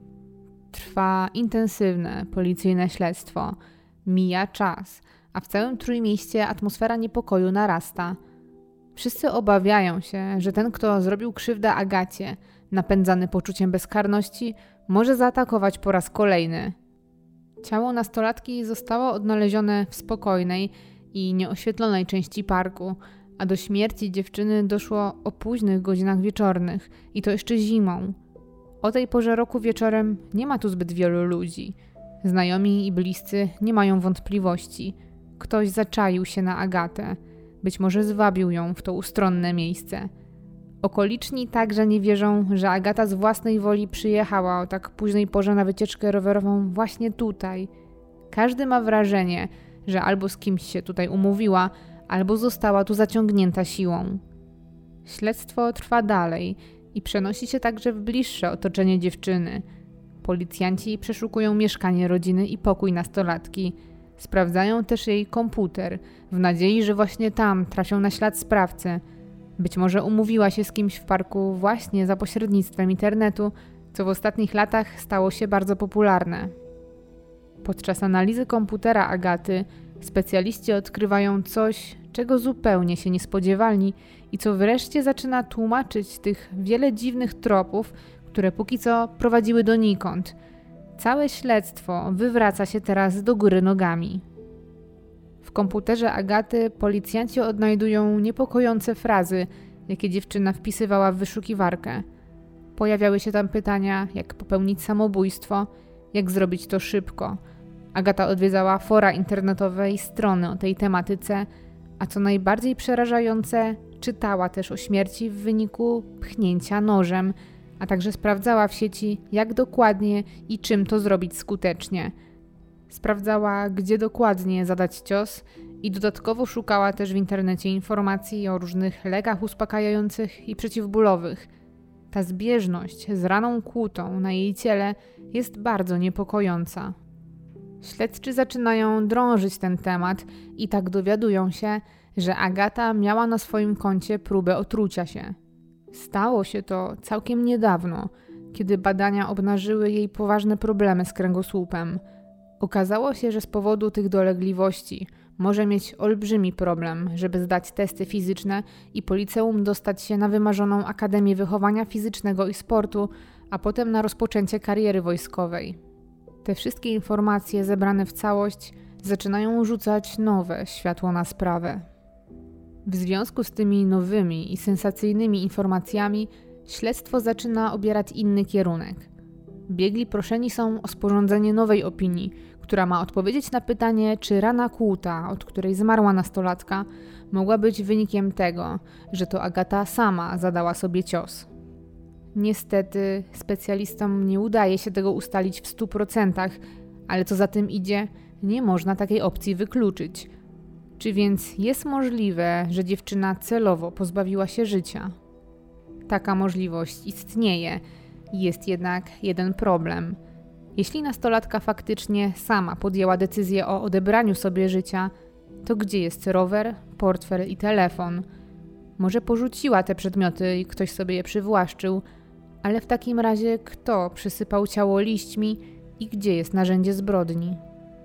Trwa intensywne policyjne śledztwo. Mija czas, a w całym Trójmieście atmosfera niepokoju narasta. Wszyscy obawiają się, że ten, kto zrobił krzywdę Agacie, napędzany poczuciem bezkarności, może zaatakować po raz kolejny. Ciało nastolatki zostało odnalezione w spokojnej i nieoświetlonej części parku, a do śmierci dziewczyny doszło o późnych godzinach wieczornych i to jeszcze zimą. O tej porze roku wieczorem nie ma tu zbyt wielu ludzi. Znajomi i bliscy nie mają wątpliwości. Ktoś zaczaił się na Agatę. Być może zwabił ją w to ustronne miejsce. Okoliczni także nie wierzą, że Agata z własnej woli przyjechała o tak późnej porze na wycieczkę rowerową właśnie tutaj. Każdy ma wrażenie, że albo z kimś się tutaj umówiła, albo została tu zaciągnięta siłą. Śledztwo trwa dalej i przenosi się także w bliższe otoczenie dziewczyny. Policjanci przeszukują mieszkanie rodziny i pokój nastolatki. Sprawdzają też jej komputer, w nadziei, że właśnie tam trafią na ślad sprawcy. Być może umówiła się z kimś w parku właśnie za pośrednictwem internetu, co w ostatnich latach stało się bardzo popularne. Podczas analizy komputera Agaty specjaliści odkrywają coś, czego zupełnie się nie spodziewali i co wreszcie zaczyna tłumaczyć tych wiele dziwnych tropów, które póki co prowadziły donikąd. Całe śledztwo wywraca się teraz do góry nogami. W komputerze Agaty policjanci odnajdują niepokojące frazy, jakie dziewczyna wpisywała w wyszukiwarkę. Pojawiały się tam pytania, jak popełnić samobójstwo, jak zrobić to szybko. Agata odwiedzała fora internetowe i strony o tej tematyce, a co najbardziej przerażające, czytała też o śmierci w wyniku pchnięcia nożem, a także sprawdzała w sieci, jak dokładnie i czym to zrobić skutecznie. Sprawdzała, gdzie dokładnie zadać cios i dodatkowo szukała też w internecie informacji o różnych lekach uspokajających i przeciwbólowych. Ta zbieżność z raną kłutą na jej ciele jest bardzo niepokojąca. Śledczy zaczynają drążyć ten temat i tak dowiadują się, że Agata miała na swoim koncie próbę otrucia się. Stało się to całkiem niedawno, kiedy badania obnażyły jej poważne problemy z kręgosłupem. Okazało się, że z powodu tych dolegliwości może mieć olbrzymi problem, żeby zdać testy fizyczne i po liceum dostać się na wymarzoną Akademię Wychowania Fizycznego i Sportu, a potem na rozpoczęcie kariery wojskowej. Te wszystkie informacje zebrane w całość zaczynają rzucać nowe światło na sprawę. W związku z tymi nowymi i sensacyjnymi informacjami śledztwo zaczyna obierać inny kierunek. Biegli proszeni są o sporządzenie nowej opinii, która ma odpowiedzieć na pytanie, czy rana kłuta, od której zmarła nastolatka, mogła być wynikiem tego, że to Agata sama zadała sobie cios. Niestety specjalistom nie udaje się tego ustalić w 100%, ale co za tym idzie, nie można takiej opcji wykluczyć. Czy więc jest możliwe, że dziewczyna celowo pozbawiła się życia? Taka możliwość istnieje. Jest jednak jeden problem. Jeśli nastolatka faktycznie sama podjęła decyzję o odebraniu sobie życia, to gdzie jest rower, portfel i telefon? Może porzuciła te przedmioty i ktoś sobie je przywłaszczył, ale w takim razie kto przysypał ciało liśćmi i gdzie jest narzędzie zbrodni?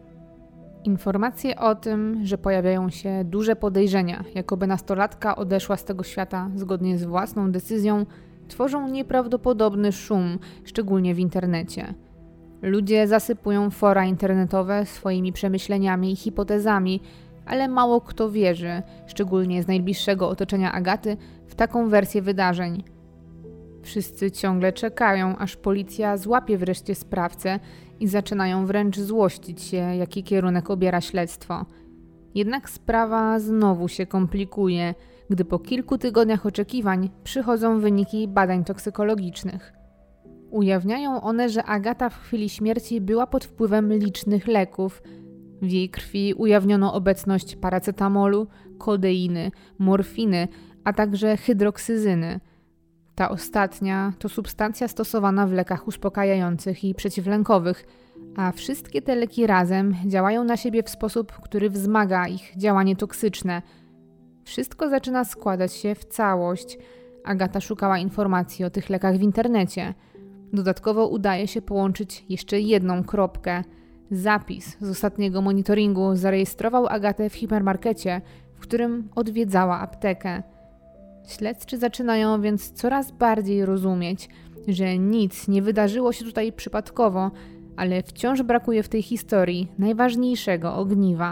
Informacje o tym, że pojawiają się duże podejrzenia, jakoby nastolatka odeszła z tego świata zgodnie z własną decyzją, tworzą nieprawdopodobny szum, szczególnie w internecie. Ludzie zasypują fora internetowe swoimi przemyśleniami i hipotezami, ale mało kto wierzy, szczególnie z najbliższego otoczenia Agaty, w taką wersję wydarzeń. Wszyscy ciągle czekają, aż policja złapie wreszcie sprawcę i zaczynają wręcz złościć się, jaki kierunek obiera śledztwo. Jednak sprawa znowu się komplikuje, gdy po kilku tygodniach oczekiwań przychodzą wyniki badań toksykologicznych. Ujawniają one, że Agata w chwili śmierci była pod wpływem licznych leków. W jej krwi ujawniono obecność paracetamolu, kodeiny, morfiny, a także hydroksyzyny. Ta ostatnia to substancja stosowana w lekach uspokajających i przeciwlękowych, a wszystkie te leki razem działają na siebie w sposób, który wzmaga ich działanie toksyczne. Wszystko zaczyna składać się w całość. Agata szukała informacji o tych lekach w internecie. Dodatkowo udaje się połączyć jeszcze jedną kropkę. Zapis z ostatniego monitoringu zarejestrował Agatę w hipermarkecie, w którym odwiedzała aptekę. Śledczy zaczynają więc coraz bardziej rozumieć, że nic nie wydarzyło się tutaj przypadkowo, ale wciąż brakuje w tej historii najważniejszego ogniwa.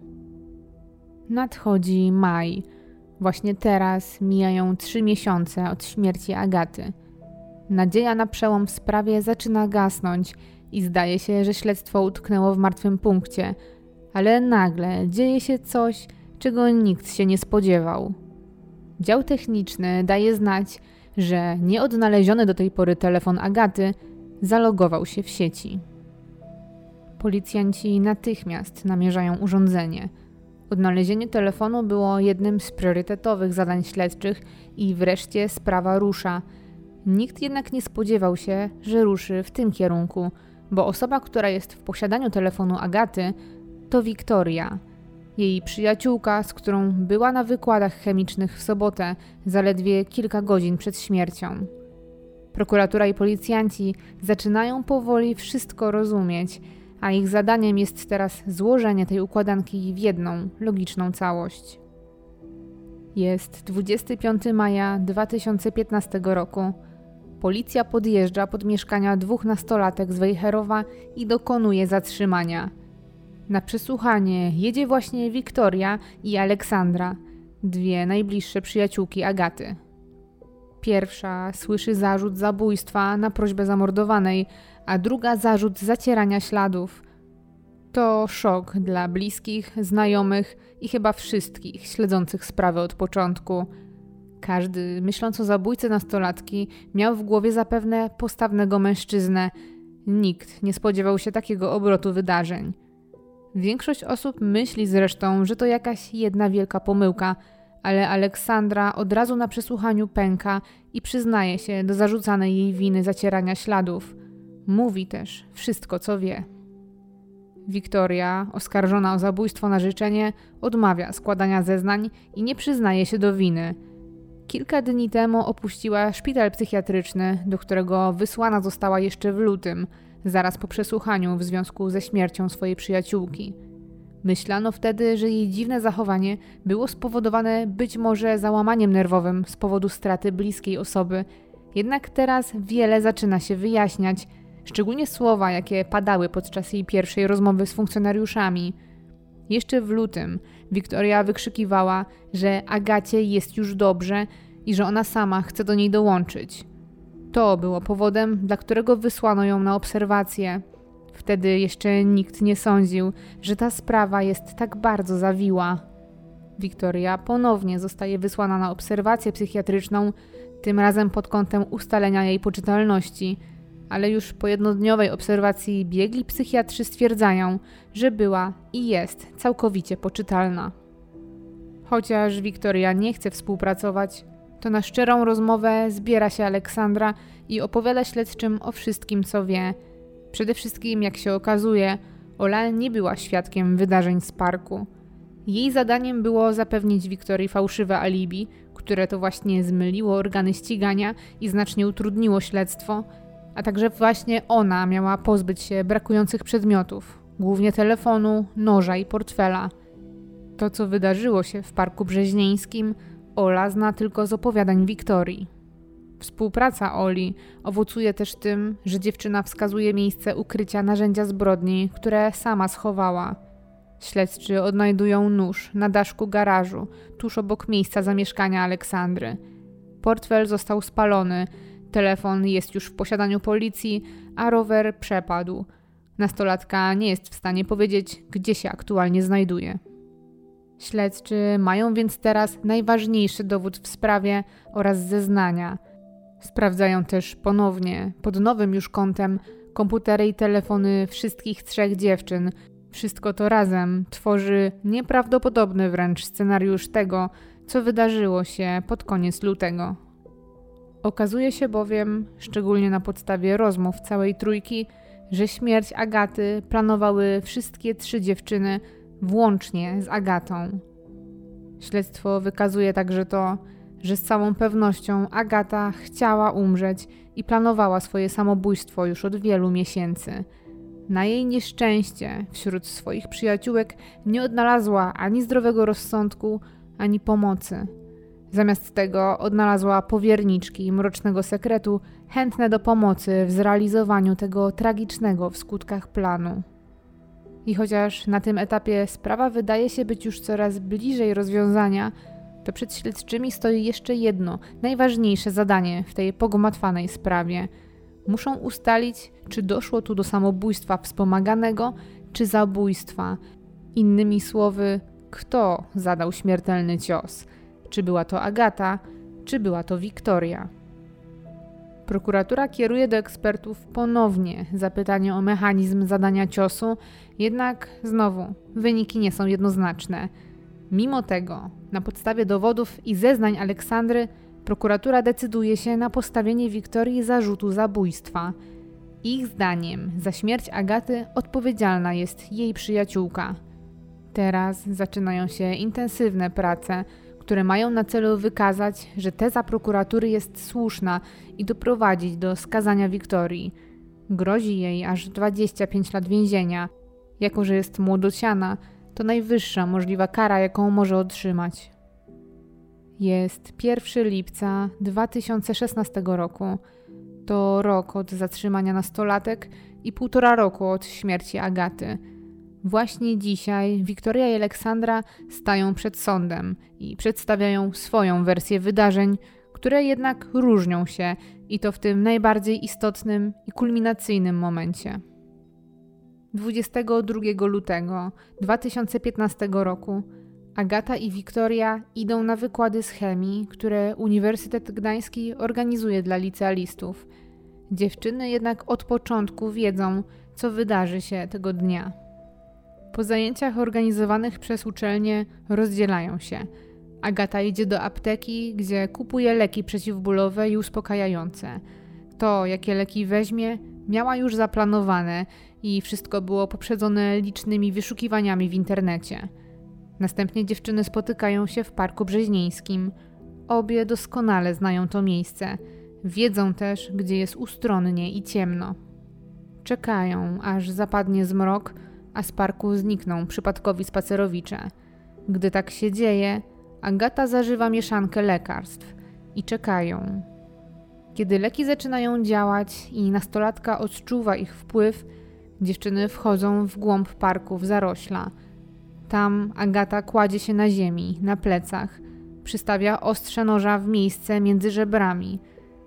Nadchodzi maj. Właśnie teraz mijają 3 miesiące od śmierci Agaty. Nadzieja na przełom w sprawie zaczyna gasnąć i zdaje się, że śledztwo utknęło w martwym punkcie, ale nagle dzieje się coś, czego nikt się nie spodziewał. Dział techniczny daje znać, że nieodnaleziony do tej pory telefon Agaty zalogował się w sieci. Policjanci natychmiast namierzają urządzenie. Odnalezienie telefonu było jednym z priorytetowych zadań śledczych i wreszcie sprawa rusza. Nikt jednak nie spodziewał się, że ruszy w tym kierunku, bo osoba, która jest w posiadaniu telefonu Agaty, to Wiktoria. Jej przyjaciółka, z którą była na wykładach chemicznych w sobotę, zaledwie kilka godzin przed śmiercią. Prokuratura i policjanci zaczynają powoli wszystko rozumieć, a ich zadaniem jest teraz złożenie tej układanki w jedną, logiczną całość. Jest 25 maja 2015 roku. Policja podjeżdża pod mieszkania 2 nastolatek z Wejherowa i dokonuje zatrzymania. Na przesłuchanie jedzie właśnie Wiktoria i Aleksandra, 2 najbliższe przyjaciółki Agaty. Pierwsza słyszy zarzut zabójstwa na prośbę zamordowanej, a druga zarzut zacierania śladów. To szok dla bliskich, znajomych i chyba wszystkich śledzących sprawę od początku. Każdy, myśląc o zabójcy nastolatki, miał w głowie zapewne postawnego mężczyznę. Nikt nie spodziewał się takiego obrotu wydarzeń. Większość osób myśli zresztą, że to jakaś jedna wielka pomyłka, ale Aleksandra od razu na przesłuchaniu pęka i przyznaje się do zarzucanej jej winy zacierania śladów. Mówi też wszystko, co wie. Wiktoria, oskarżona o zabójstwo na życzenie, odmawia składania zeznań i nie przyznaje się do winy. Kilka dni temu opuściła szpital psychiatryczny, do którego wysłana została jeszcze w lutym, zaraz po przesłuchaniu w związku ze śmiercią swojej przyjaciółki. Myślano wtedy, że jej dziwne zachowanie było spowodowane być może załamaniem nerwowym z powodu straty bliskiej osoby, jednak teraz wiele zaczyna się wyjaśniać, szczególnie słowa, jakie padały podczas jej pierwszej rozmowy z funkcjonariuszami. Jeszcze w lutym Wiktoria wykrzykiwała, że Agacie jest już dobrze i że ona sama chce do niej dołączyć. To było powodem, dla którego wysłano ją na obserwację. Wtedy jeszcze nikt nie sądził, że ta sprawa jest tak bardzo zawiła. Wiktoria ponownie zostaje wysłana na obserwację psychiatryczną, tym razem pod kątem ustalenia jej poczytalności, ale już po jednodniowej obserwacji biegli psychiatrzy stwierdzają, że była i jest całkowicie poczytalna. Chociaż Wiktoria nie chce współpracować, to na szczerą rozmowę zbiera się Aleksandra i opowiada śledczym o wszystkim, co wie. Przede wszystkim, jak się okazuje, Ola nie była świadkiem wydarzeń z parku. Jej zadaniem było zapewnić Wiktorii fałszywe alibi, które to właśnie zmyliło organy ścigania i znacznie utrudniło śledztwo, a także właśnie ona miała pozbyć się brakujących przedmiotów, głównie telefonu, noża i portfela. To, co wydarzyło się w Parku Brzeźnieńskim, Ola zna tylko z opowiadań Wiktorii. Współpraca Oli owocuje też tym, że dziewczyna wskazuje miejsce ukrycia narzędzia zbrodni, które sama schowała. Śledczy odnajdują nóż na daszku garażu, tuż obok miejsca zamieszkania Aleksandry. Portfel został spalony, telefon jest już w posiadaniu policji, a rower przepadł. Nastolatka nie jest w stanie powiedzieć, gdzie się aktualnie znajduje. Śledczy mają więc teraz najważniejszy dowód w sprawie oraz zeznania. Sprawdzają też ponownie, pod nowym już kątem, komputery i telefony wszystkich 3 dziewczyn. Wszystko to razem tworzy nieprawdopodobny wręcz scenariusz tego, co wydarzyło się pod koniec lutego. Okazuje się bowiem, szczególnie na podstawie rozmów całej trójki, że śmierć Agaty planowały wszystkie 3 dziewczyny, włącznie z Agatą. Śledztwo wykazuje także to, że z całą pewnością Agata chciała umrzeć i planowała swoje samobójstwo już od wielu miesięcy. Na jej nieszczęście wśród swoich przyjaciółek nie odnalazła ani zdrowego rozsądku, ani pomocy. Zamiast tego odnalazła powierniczki mrocznego sekretu chętne do pomocy w zrealizowaniu tego tragicznego w skutkach planu. I chociaż na tym etapie sprawa wydaje się być już coraz bliżej rozwiązania, to przed śledczymi stoi jeszcze jedno, najważniejsze zadanie w tej pogmatwanej sprawie. Muszą ustalić, czy doszło tu do samobójstwa wspomaganego, czy zabójstwa. Innymi słowy, kto zadał śmiertelny cios? Czy była to Agata, czy była to Wiktoria? Prokuratura kieruje do ekspertów ponownie zapytanie o mechanizm zadania ciosu, jednak znowu wyniki nie są jednoznaczne. Mimo tego, na podstawie dowodów i zeznań Aleksandry, prokuratura decyduje się na postawienie Wiktorii zarzutu zabójstwa. Ich zdaniem za śmierć Agaty odpowiedzialna jest jej przyjaciółka. Teraz zaczynają się intensywne prace, które mają na celu wykazać, że teza prokuratury jest słuszna i doprowadzić do skazania Wiktorii. Grozi jej aż 25 lat więzienia. Jako że jest młodociana, to najwyższa możliwa kara, jaką może otrzymać. Jest 1 lipca 2016 roku. To rok od zatrzymania nastolatek i 1,5 roku od śmierci Agaty. Właśnie dzisiaj Wiktoria i Aleksandra stają przed sądem i przedstawiają swoją wersję wydarzeń, które jednak różnią się i to w tym najbardziej istotnym i kulminacyjnym momencie. 22 lutego 2015 roku Agata i Wiktoria idą na wykłady z chemii, które Uniwersytet Gdański organizuje dla licealistów. Dziewczyny jednak od początku wiedzą, co wydarzy się tego dnia. Po zajęciach organizowanych przez uczelnię rozdzielają się. Agata idzie do apteki, gdzie kupuje leki przeciwbólowe i uspokajające. To, jakie leki weźmie, miała już zaplanowane i wszystko było poprzedzone licznymi wyszukiwaniami w internecie. Następnie dziewczyny spotykają się w Parku Brzeźnieńskim. Obie doskonale znają to miejsce. Wiedzą też, gdzie jest ustronnie i ciemno. Czekają, aż zapadnie zmrok, a z parku znikną przypadkowi spacerowicze. Gdy tak się dzieje, Agata zażywa mieszankę lekarstw i czekają. Kiedy leki zaczynają działać i nastolatka odczuwa ich wpływ, dziewczyny wchodzą w głąb parku w zarośla. Tam Agata kładzie się na ziemi, na plecach, przystawia ostrze noża w miejsce między żebrami.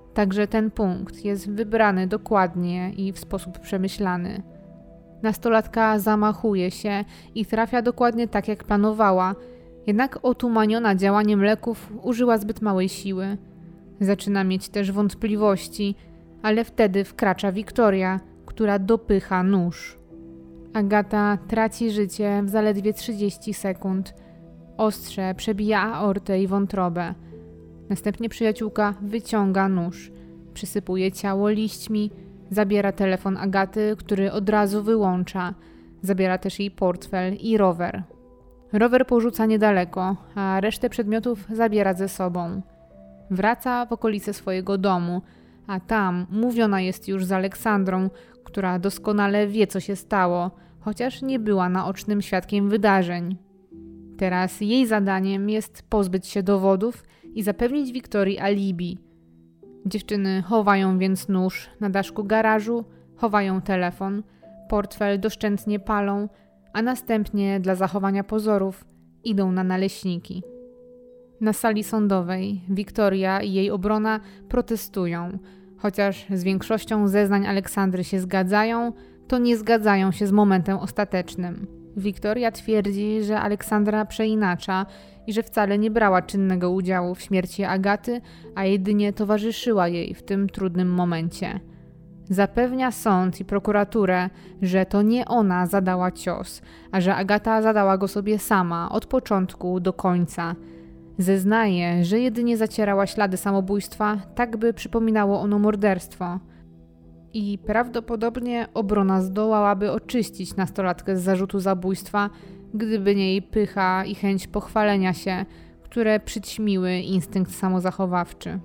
Także ten punkt jest wybrany dokładnie i w sposób przemyślany. Nastolatka zamachuje się i trafia dokładnie tak, jak planowała, jednak otumaniona działaniem leków użyła zbyt małej siły. Zaczyna mieć też wątpliwości, ale wtedy wkracza Wiktoria, która dopycha nóż. Agata traci życie w zaledwie 30 sekund. Ostrze przebija aortę i wątrobę. Następnie przyjaciółka wyciąga nóż, przysypuje ciało liśćmi, zabiera telefon Agaty, który od razu wyłącza. Zabiera też jej portfel i rower. Rower porzuca niedaleko, a resztę przedmiotów zabiera ze sobą. Wraca w okolice swojego domu, a tam mówiona jest już z Aleksandrą, która doskonale wie, co się stało, chociaż nie była naocznym świadkiem wydarzeń. Teraz jej zadaniem jest pozbyć się dowodów i zapewnić Wiktorii alibi. Dziewczyny chowają więc nóż na daszku garażu, chowają telefon, portfel doszczętnie palą, a następnie dla zachowania pozorów idą na naleśniki. Na sali sądowej Wiktoria i jej obrona protestują. Chociaż z większością zeznań Aleksandry się zgadzają, to nie zgadzają się z momentem ostatecznym. Wiktoria twierdzi, że Aleksandra przeinacza i że wcale nie brała czynnego udziału w śmierci Agaty, a jedynie towarzyszyła jej w tym trudnym momencie. Zapewnia sąd i prokuraturę, że to nie ona zadała cios, a że Agata zadała go sobie sama od początku do końca. Zeznaje, że jedynie zacierała ślady samobójstwa, tak by przypominało ono morderstwo. I prawdopodobnie obrona zdołałaby oczyścić nastolatkę z zarzutu zabójstwa, gdyby nie jej pycha i chęć pochwalenia się, które przyćmiły instynkt samozachowawczy.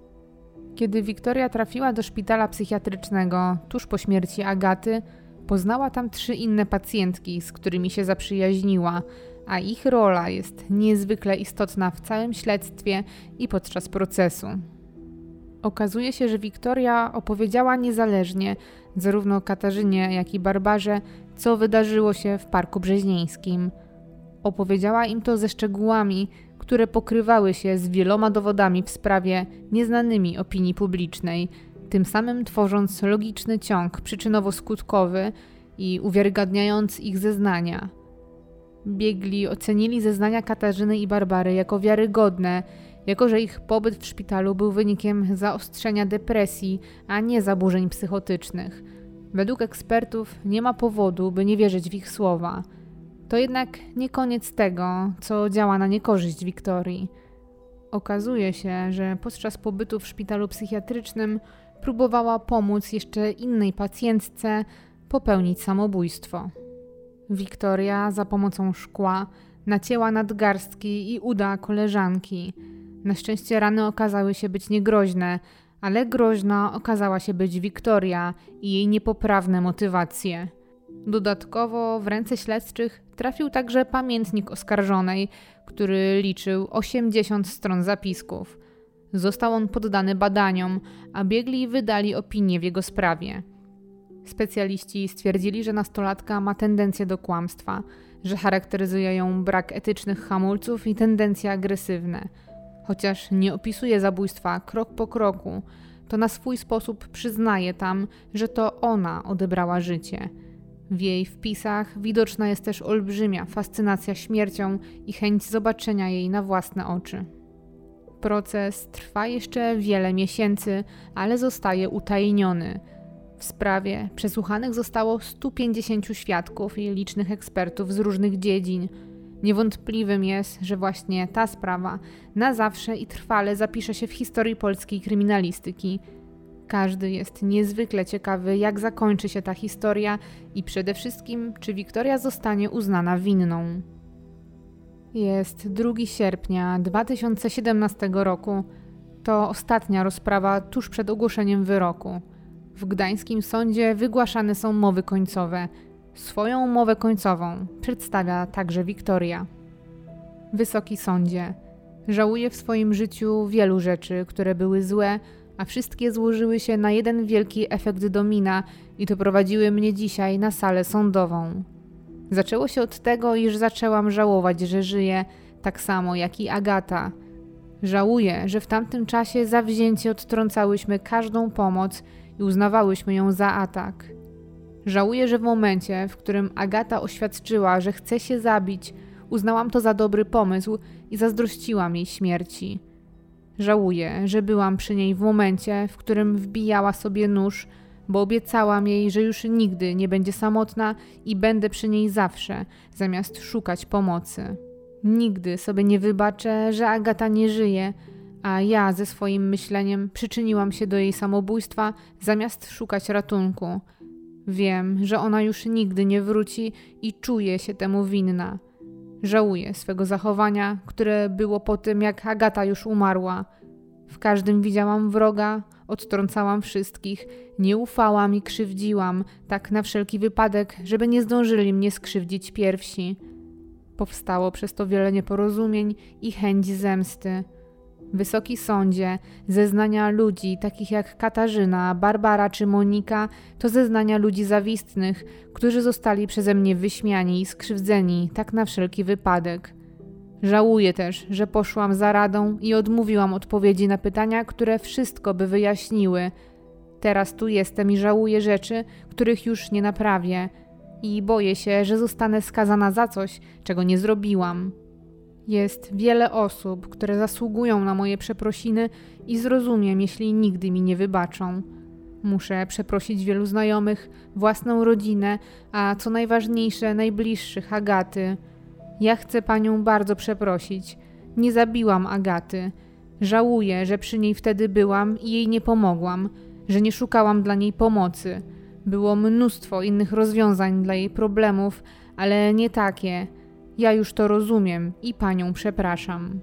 Kiedy Wiktoria trafiła do szpitala psychiatrycznego tuż po śmierci Agaty, poznała tam 3 inne pacjentki, z którymi się zaprzyjaźniła, a ich rola jest niezwykle istotna w całym śledztwie i podczas procesu. Okazuje się, że Wiktoria opowiedziała niezależnie zarówno Katarzynie, jak i Barbarze, co wydarzyło się w Parku Brzezińskim. Opowiedziała im to ze szczegółami, które pokrywały się z wieloma dowodami w sprawie nieznanymi opinii publicznej, tym samym tworząc logiczny ciąg przyczynowo-skutkowy i uwiarygadniając ich zeznania. Biegli ocenili zeznania Katarzyny i Barbary jako wiarygodne, jako że ich pobyt w szpitalu był wynikiem zaostrzenia depresji, a nie zaburzeń psychotycznych. Według ekspertów nie ma powodu, by nie wierzyć w ich słowa. To jednak nie koniec tego, co działa na niekorzyść Wiktorii. Okazuje się, że podczas pobytu w szpitalu psychiatrycznym próbowała pomóc jeszcze innej pacjentce popełnić samobójstwo. Wiktoria za pomocą szkła nacięła nadgarstki i uda koleżanki. Na szczęście rany okazały się być niegroźne, ale groźna okazała się być Wiktoria i jej niepoprawne motywacje. Dodatkowo w ręce śledczych trafił także pamiętnik oskarżonej, który liczył 80 stron zapisków. Został on poddany badaniom, a biegli wydali opinię w jego sprawie. Specjaliści stwierdzili, że nastolatka ma tendencję do kłamstwa, że charakteryzuje ją brak etycznych hamulców i tendencje agresywne. Chociaż nie opisuje zabójstwa krok po kroku, to na swój sposób przyznaje tam, że to ona odebrała życie. W jej wpisach widoczna jest też olbrzymia fascynacja śmiercią i chęć zobaczenia jej na własne oczy. Proces trwa jeszcze wiele miesięcy, ale zostaje utajniony. W sprawie przesłuchanych zostało 150 świadków i licznych ekspertów z różnych dziedzin. Niewątpliwym jest, że właśnie ta sprawa na zawsze i trwale zapisze się w historii polskiej kryminalistyki. Każdy jest niezwykle ciekawy, jak zakończy się ta historia i przede wszystkim, czy Wiktoria zostanie uznana winną. Jest 2 sierpnia 2017 roku. To ostatnia rozprawa tuż przed ogłoszeniem wyroku. W gdańskim sądzie wygłaszane są mowy końcowe. Swoją mowę końcową przedstawia także Wiktoria. Wysoki sądzie, żałuję w swoim życiu wielu rzeczy, które były złe, a wszystkie złożyły się na jeden wielki efekt domina i doprowadziły mnie dzisiaj na salę sądową. Zaczęło się od tego, iż zaczęłam żałować, że żyję, tak samo jak i Agata. Żałuję, że w tamtym czasie zawzięcie odtrącałyśmy każdą pomoc i uznawałyśmy ją za atak. Żałuję, że w momencie, w którym Agata oświadczyła, że chce się zabić, uznałam to za dobry pomysł i zazdrościłam jej śmierci. Żałuję, że byłam przy niej w momencie, w którym wbijała sobie nóż, bo obiecałam jej, że już nigdy nie będzie samotna i będę przy niej zawsze, zamiast szukać pomocy. Nigdy sobie nie wybaczę, że Agata nie żyje, a ja ze swoim myśleniem przyczyniłam się do jej samobójstwa, zamiast szukać ratunku. Wiem, że ona już nigdy nie wróci i czuję się temu winna. Żałuję swego zachowania, które było po tym, jak Agata już umarła. W każdym widziałam wroga, odtrącałam wszystkich, nie ufałam i krzywdziłam, tak na wszelki wypadek, żeby nie zdążyli mnie skrzywdzić pierwsi. Powstało przez to wiele nieporozumień i chęć zemsty. Wysoki sądzie, zeznania ludzi takich jak Katarzyna, Barbara czy Monika to zeznania ludzi zawistnych, którzy zostali przeze mnie wyśmiani i skrzywdzeni, tak na wszelki wypadek. Żałuję też, że poszłam za radą i odmówiłam odpowiedzi na pytania, które wszystko by wyjaśniły. Teraz tu jestem i żałuję rzeczy, których już nie naprawię. I boję się, że zostanę skazana za coś, czego nie zrobiłam. Jest wiele osób, które zasługują na moje przeprosiny i zrozumiem, jeśli nigdy mi nie wybaczą. Muszę przeprosić wielu znajomych, własną rodzinę, a co najważniejsze, najbliższych Agaty. Ja chcę panią bardzo przeprosić. Nie zabiłam Agaty. Żałuję, że przy niej wtedy byłam i jej nie pomogłam, że nie szukałam dla niej pomocy. Było mnóstwo innych rozwiązań dla jej problemów, ale nie takie. Ja już to rozumiem i panią przepraszam.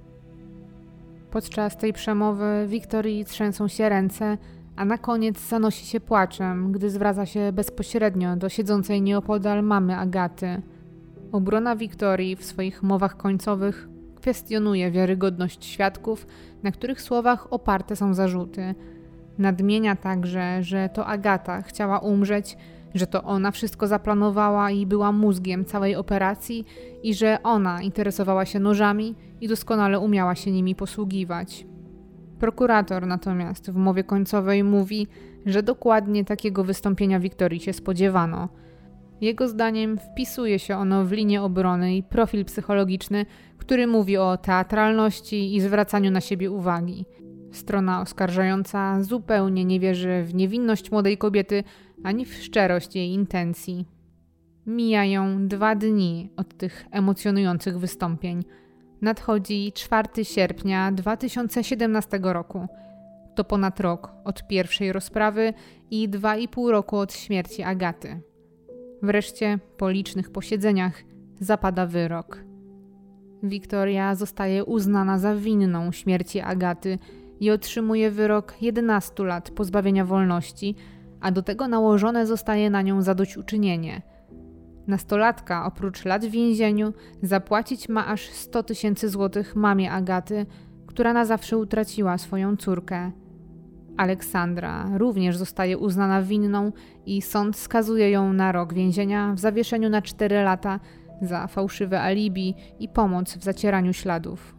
Podczas tej przemowy Wiktorii trzęsą się ręce, a na koniec zanosi się płaczem, gdy zwraca się bezpośrednio do siedzącej nieopodal mamy Agaty. Obrona Wiktorii w swoich mowach końcowych kwestionuje wiarygodność świadków, na których słowach oparte są zarzuty. Nadmienia także, że to Agata chciała umrzeć, że to ona wszystko zaplanowała i była mózgiem całej operacji i że ona interesowała się nożami i doskonale umiała się nimi posługiwać. Prokurator natomiast w mowie końcowej mówi, że dokładnie takiego wystąpienia Wiktorii się spodziewano. Jego zdaniem wpisuje się ono w linię obrony i profil psychologiczny, który mówi o teatralności i zwracaniu na siebie uwagi. Strona oskarżająca zupełnie nie wierzy w niewinność młodej kobiety ani w szczerość jej intencji. Mijają 2 dni od tych emocjonujących wystąpień. Nadchodzi 4 sierpnia 2017 roku. To ponad rok od pierwszej rozprawy i 2,5 roku od śmierci Agaty. Wreszcie po licznych posiedzeniach zapada wyrok. Wiktoria zostaje uznana za winną śmierci Agaty i otrzymuje wyrok 11 lat pozbawienia wolności, a do tego nałożone zostaje na nią zadośćuczynienie. Nastolatka oprócz lat w więzieniu zapłacić ma aż 100 000 złotych mamie Agaty, która na zawsze utraciła swoją córkę. Aleksandra również zostaje uznana winną i sąd skazuje ją na rok więzienia w zawieszeniu na 4 lata za fałszywe alibi i pomoc w zacieraniu śladów.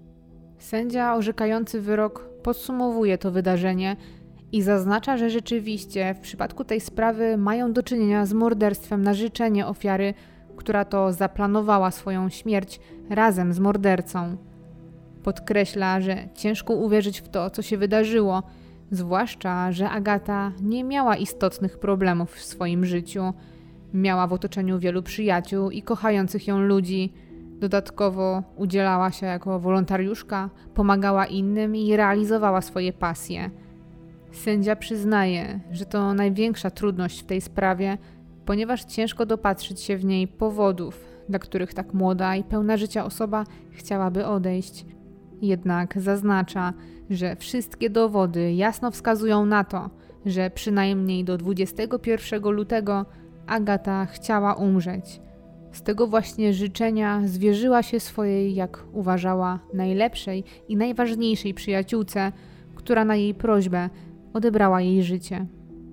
Sędzia orzekający wyrok podsumowuje to wydarzenie i zaznacza, że rzeczywiście w przypadku tej sprawy mają do czynienia z morderstwem na życzenie ofiary, która to zaplanowała swoją śmierć razem z mordercą. Podkreśla, że ciężko uwierzyć w to, co się wydarzyło, zwłaszcza, że Agata nie miała istotnych problemów w swoim życiu. Miała w otoczeniu wielu przyjaciół i kochających ją ludzi. Dodatkowo udzielała się jako wolontariuszka, pomagała innym i realizowała swoje pasje. Sędzia przyznaje, że to największa trudność w tej sprawie, ponieważ ciężko dopatrzyć się w niej powodów, dla których tak młoda i pełna życia osoba chciałaby odejść. Jednak zaznacza, że wszystkie dowody jasno wskazują na to, że przynajmniej do 21 lutego Agata chciała umrzeć. Z tego właśnie życzenia zwierzyła się swojej, jak uważała, najlepszej i najważniejszej przyjaciółce, która na jej prośbę odebrała jej życie.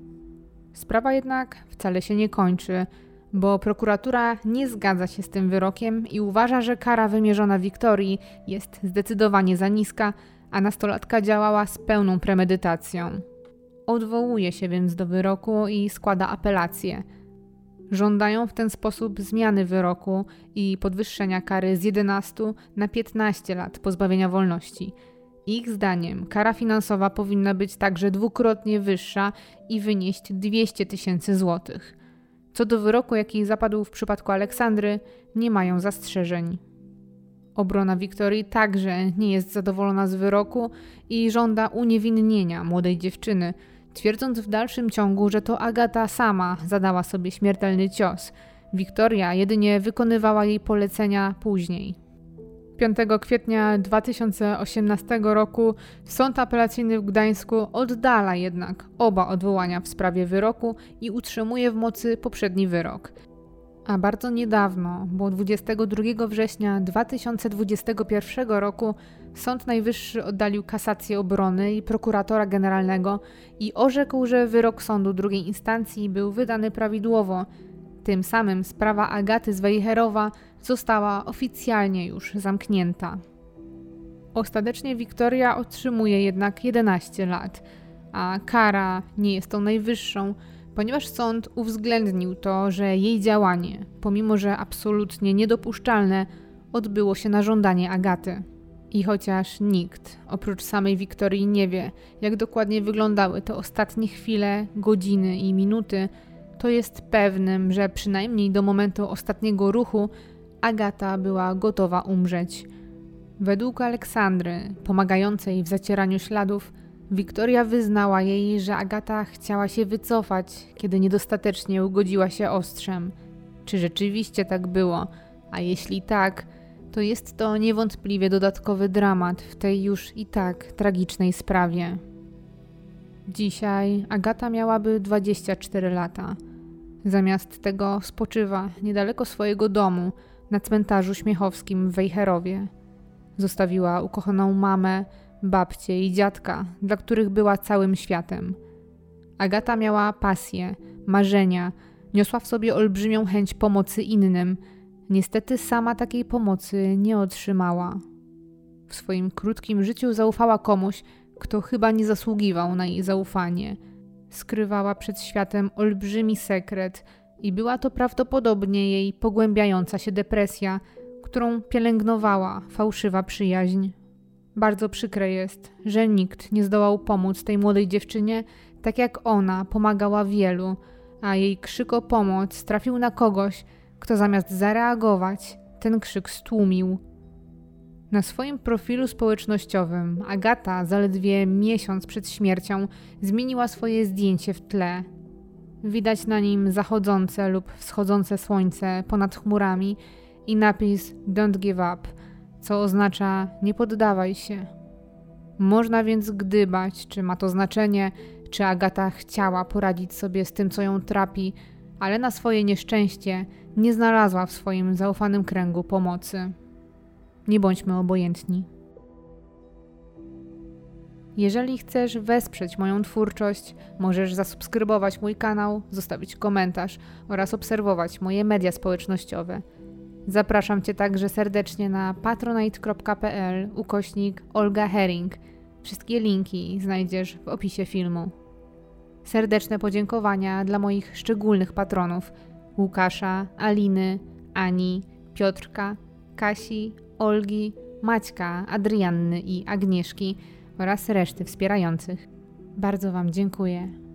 Sprawa jednak wcale się nie kończy, bo prokuratura nie zgadza się z tym wyrokiem i uważa, że kara wymierzona Wiktorii jest zdecydowanie za niska, a nastolatka działała z pełną premedytacją. Odwołuje się więc do wyroku i składa apelację. Żądają w ten sposób zmiany wyroku i podwyższenia kary z 11 na 15 lat pozbawienia wolności. Ich zdaniem kara finansowa powinna być także dwukrotnie wyższa i wynieść 200 000 złotych. Co do wyroku, jaki zapadł w przypadku Aleksandry, nie mają zastrzeżeń. Obrona Wiktorii także nie jest zadowolona z wyroku i żąda uniewinnienia młodej dziewczyny, twierdząc w dalszym ciągu, że to Agata sama zadała sobie śmiertelny cios. Wiktoria jedynie wykonywała jej polecenia później. 5 kwietnia 2018 roku Sąd Apelacyjny w Gdańsku oddala jednak oba odwołania w sprawie wyroku i utrzymuje w mocy poprzedni wyrok. A bardzo niedawno, bo 22 września 2021 roku, Sąd Najwyższy oddalił kasację obrony i prokuratora generalnego i orzekł, że wyrok sądu drugiej instancji był wydany prawidłowo. Tym samym sprawa Agaty z Wejherowa została oficjalnie już zamknięta. Ostatecznie Wiktoria otrzymuje jednak 11 lat, a kara nie jest tą najwyższą, ponieważ sąd uwzględnił to, że jej działanie, pomimo że absolutnie niedopuszczalne, odbyło się na żądanie Agaty. I chociaż nikt, oprócz samej Wiktorii, nie wie, jak dokładnie wyglądały te ostatnie chwile, godziny i minuty, to jest pewnym, że przynajmniej do momentu ostatniego ruchu Agata była gotowa umrzeć. Według Aleksandry, pomagającej w zacieraniu śladów, Wiktoria wyznała jej, że Agata chciała się wycofać, kiedy niedostatecznie ugodziła się ostrzem. Czy rzeczywiście tak było? A jeśli tak, to jest to niewątpliwie dodatkowy dramat w tej już i tak tragicznej sprawie. Dzisiaj Agata miałaby 24 lata. Zamiast tego spoczywa niedaleko swojego domu na cmentarzu śmiechowskim w Wejherowie. Zostawiła ukochaną mamę, babcię i dziadka, dla których była całym światem. Agata miała pasję, marzenia, niosła w sobie olbrzymią chęć pomocy innym. Niestety sama takiej pomocy nie otrzymała. W swoim krótkim życiu zaufała komuś, kto chyba nie zasługiwał na jej zaufanie. Skrywała przed światem olbrzymi sekret i była to prawdopodobnie jej pogłębiająca się depresja, którą pielęgnowała fałszywa przyjaźń. Bardzo przykre jest, że nikt nie zdołał pomóc tej młodej dziewczynie, tak jak ona pomagała wielu, a jej krzyk o pomoc trafił na kogoś, kto zamiast zareagować, ten krzyk stłumił. Na swoim profilu społecznościowym Agata zaledwie miesiąc przed śmiercią zmieniła swoje zdjęcie w tle. Widać na nim zachodzące lub wschodzące słońce ponad chmurami i napis "Don't give up", co oznacza "nie poddawaj się". Można więc gdybać, czy ma to znaczenie, czy Agata chciała poradzić sobie z tym, co ją trapi, ale na swoje nieszczęście nie znalazła w swoim zaufanym kręgu pomocy. Nie bądźmy obojętni. Jeżeli chcesz wesprzeć moją twórczość, możesz zasubskrybować mój kanał, zostawić komentarz oraz obserwować moje media społecznościowe. Zapraszam Cię także serdecznie na patronite.pl/Olga Hering. Wszystkie linki znajdziesz w opisie filmu. Serdeczne podziękowania dla moich szczególnych patronów: Łukasza, Aliny, Ani, Piotrka, Kasi, Olgi, Maćka, Adrianny i Agnieszki oraz reszty wspierających. Bardzo Wam dziękuję.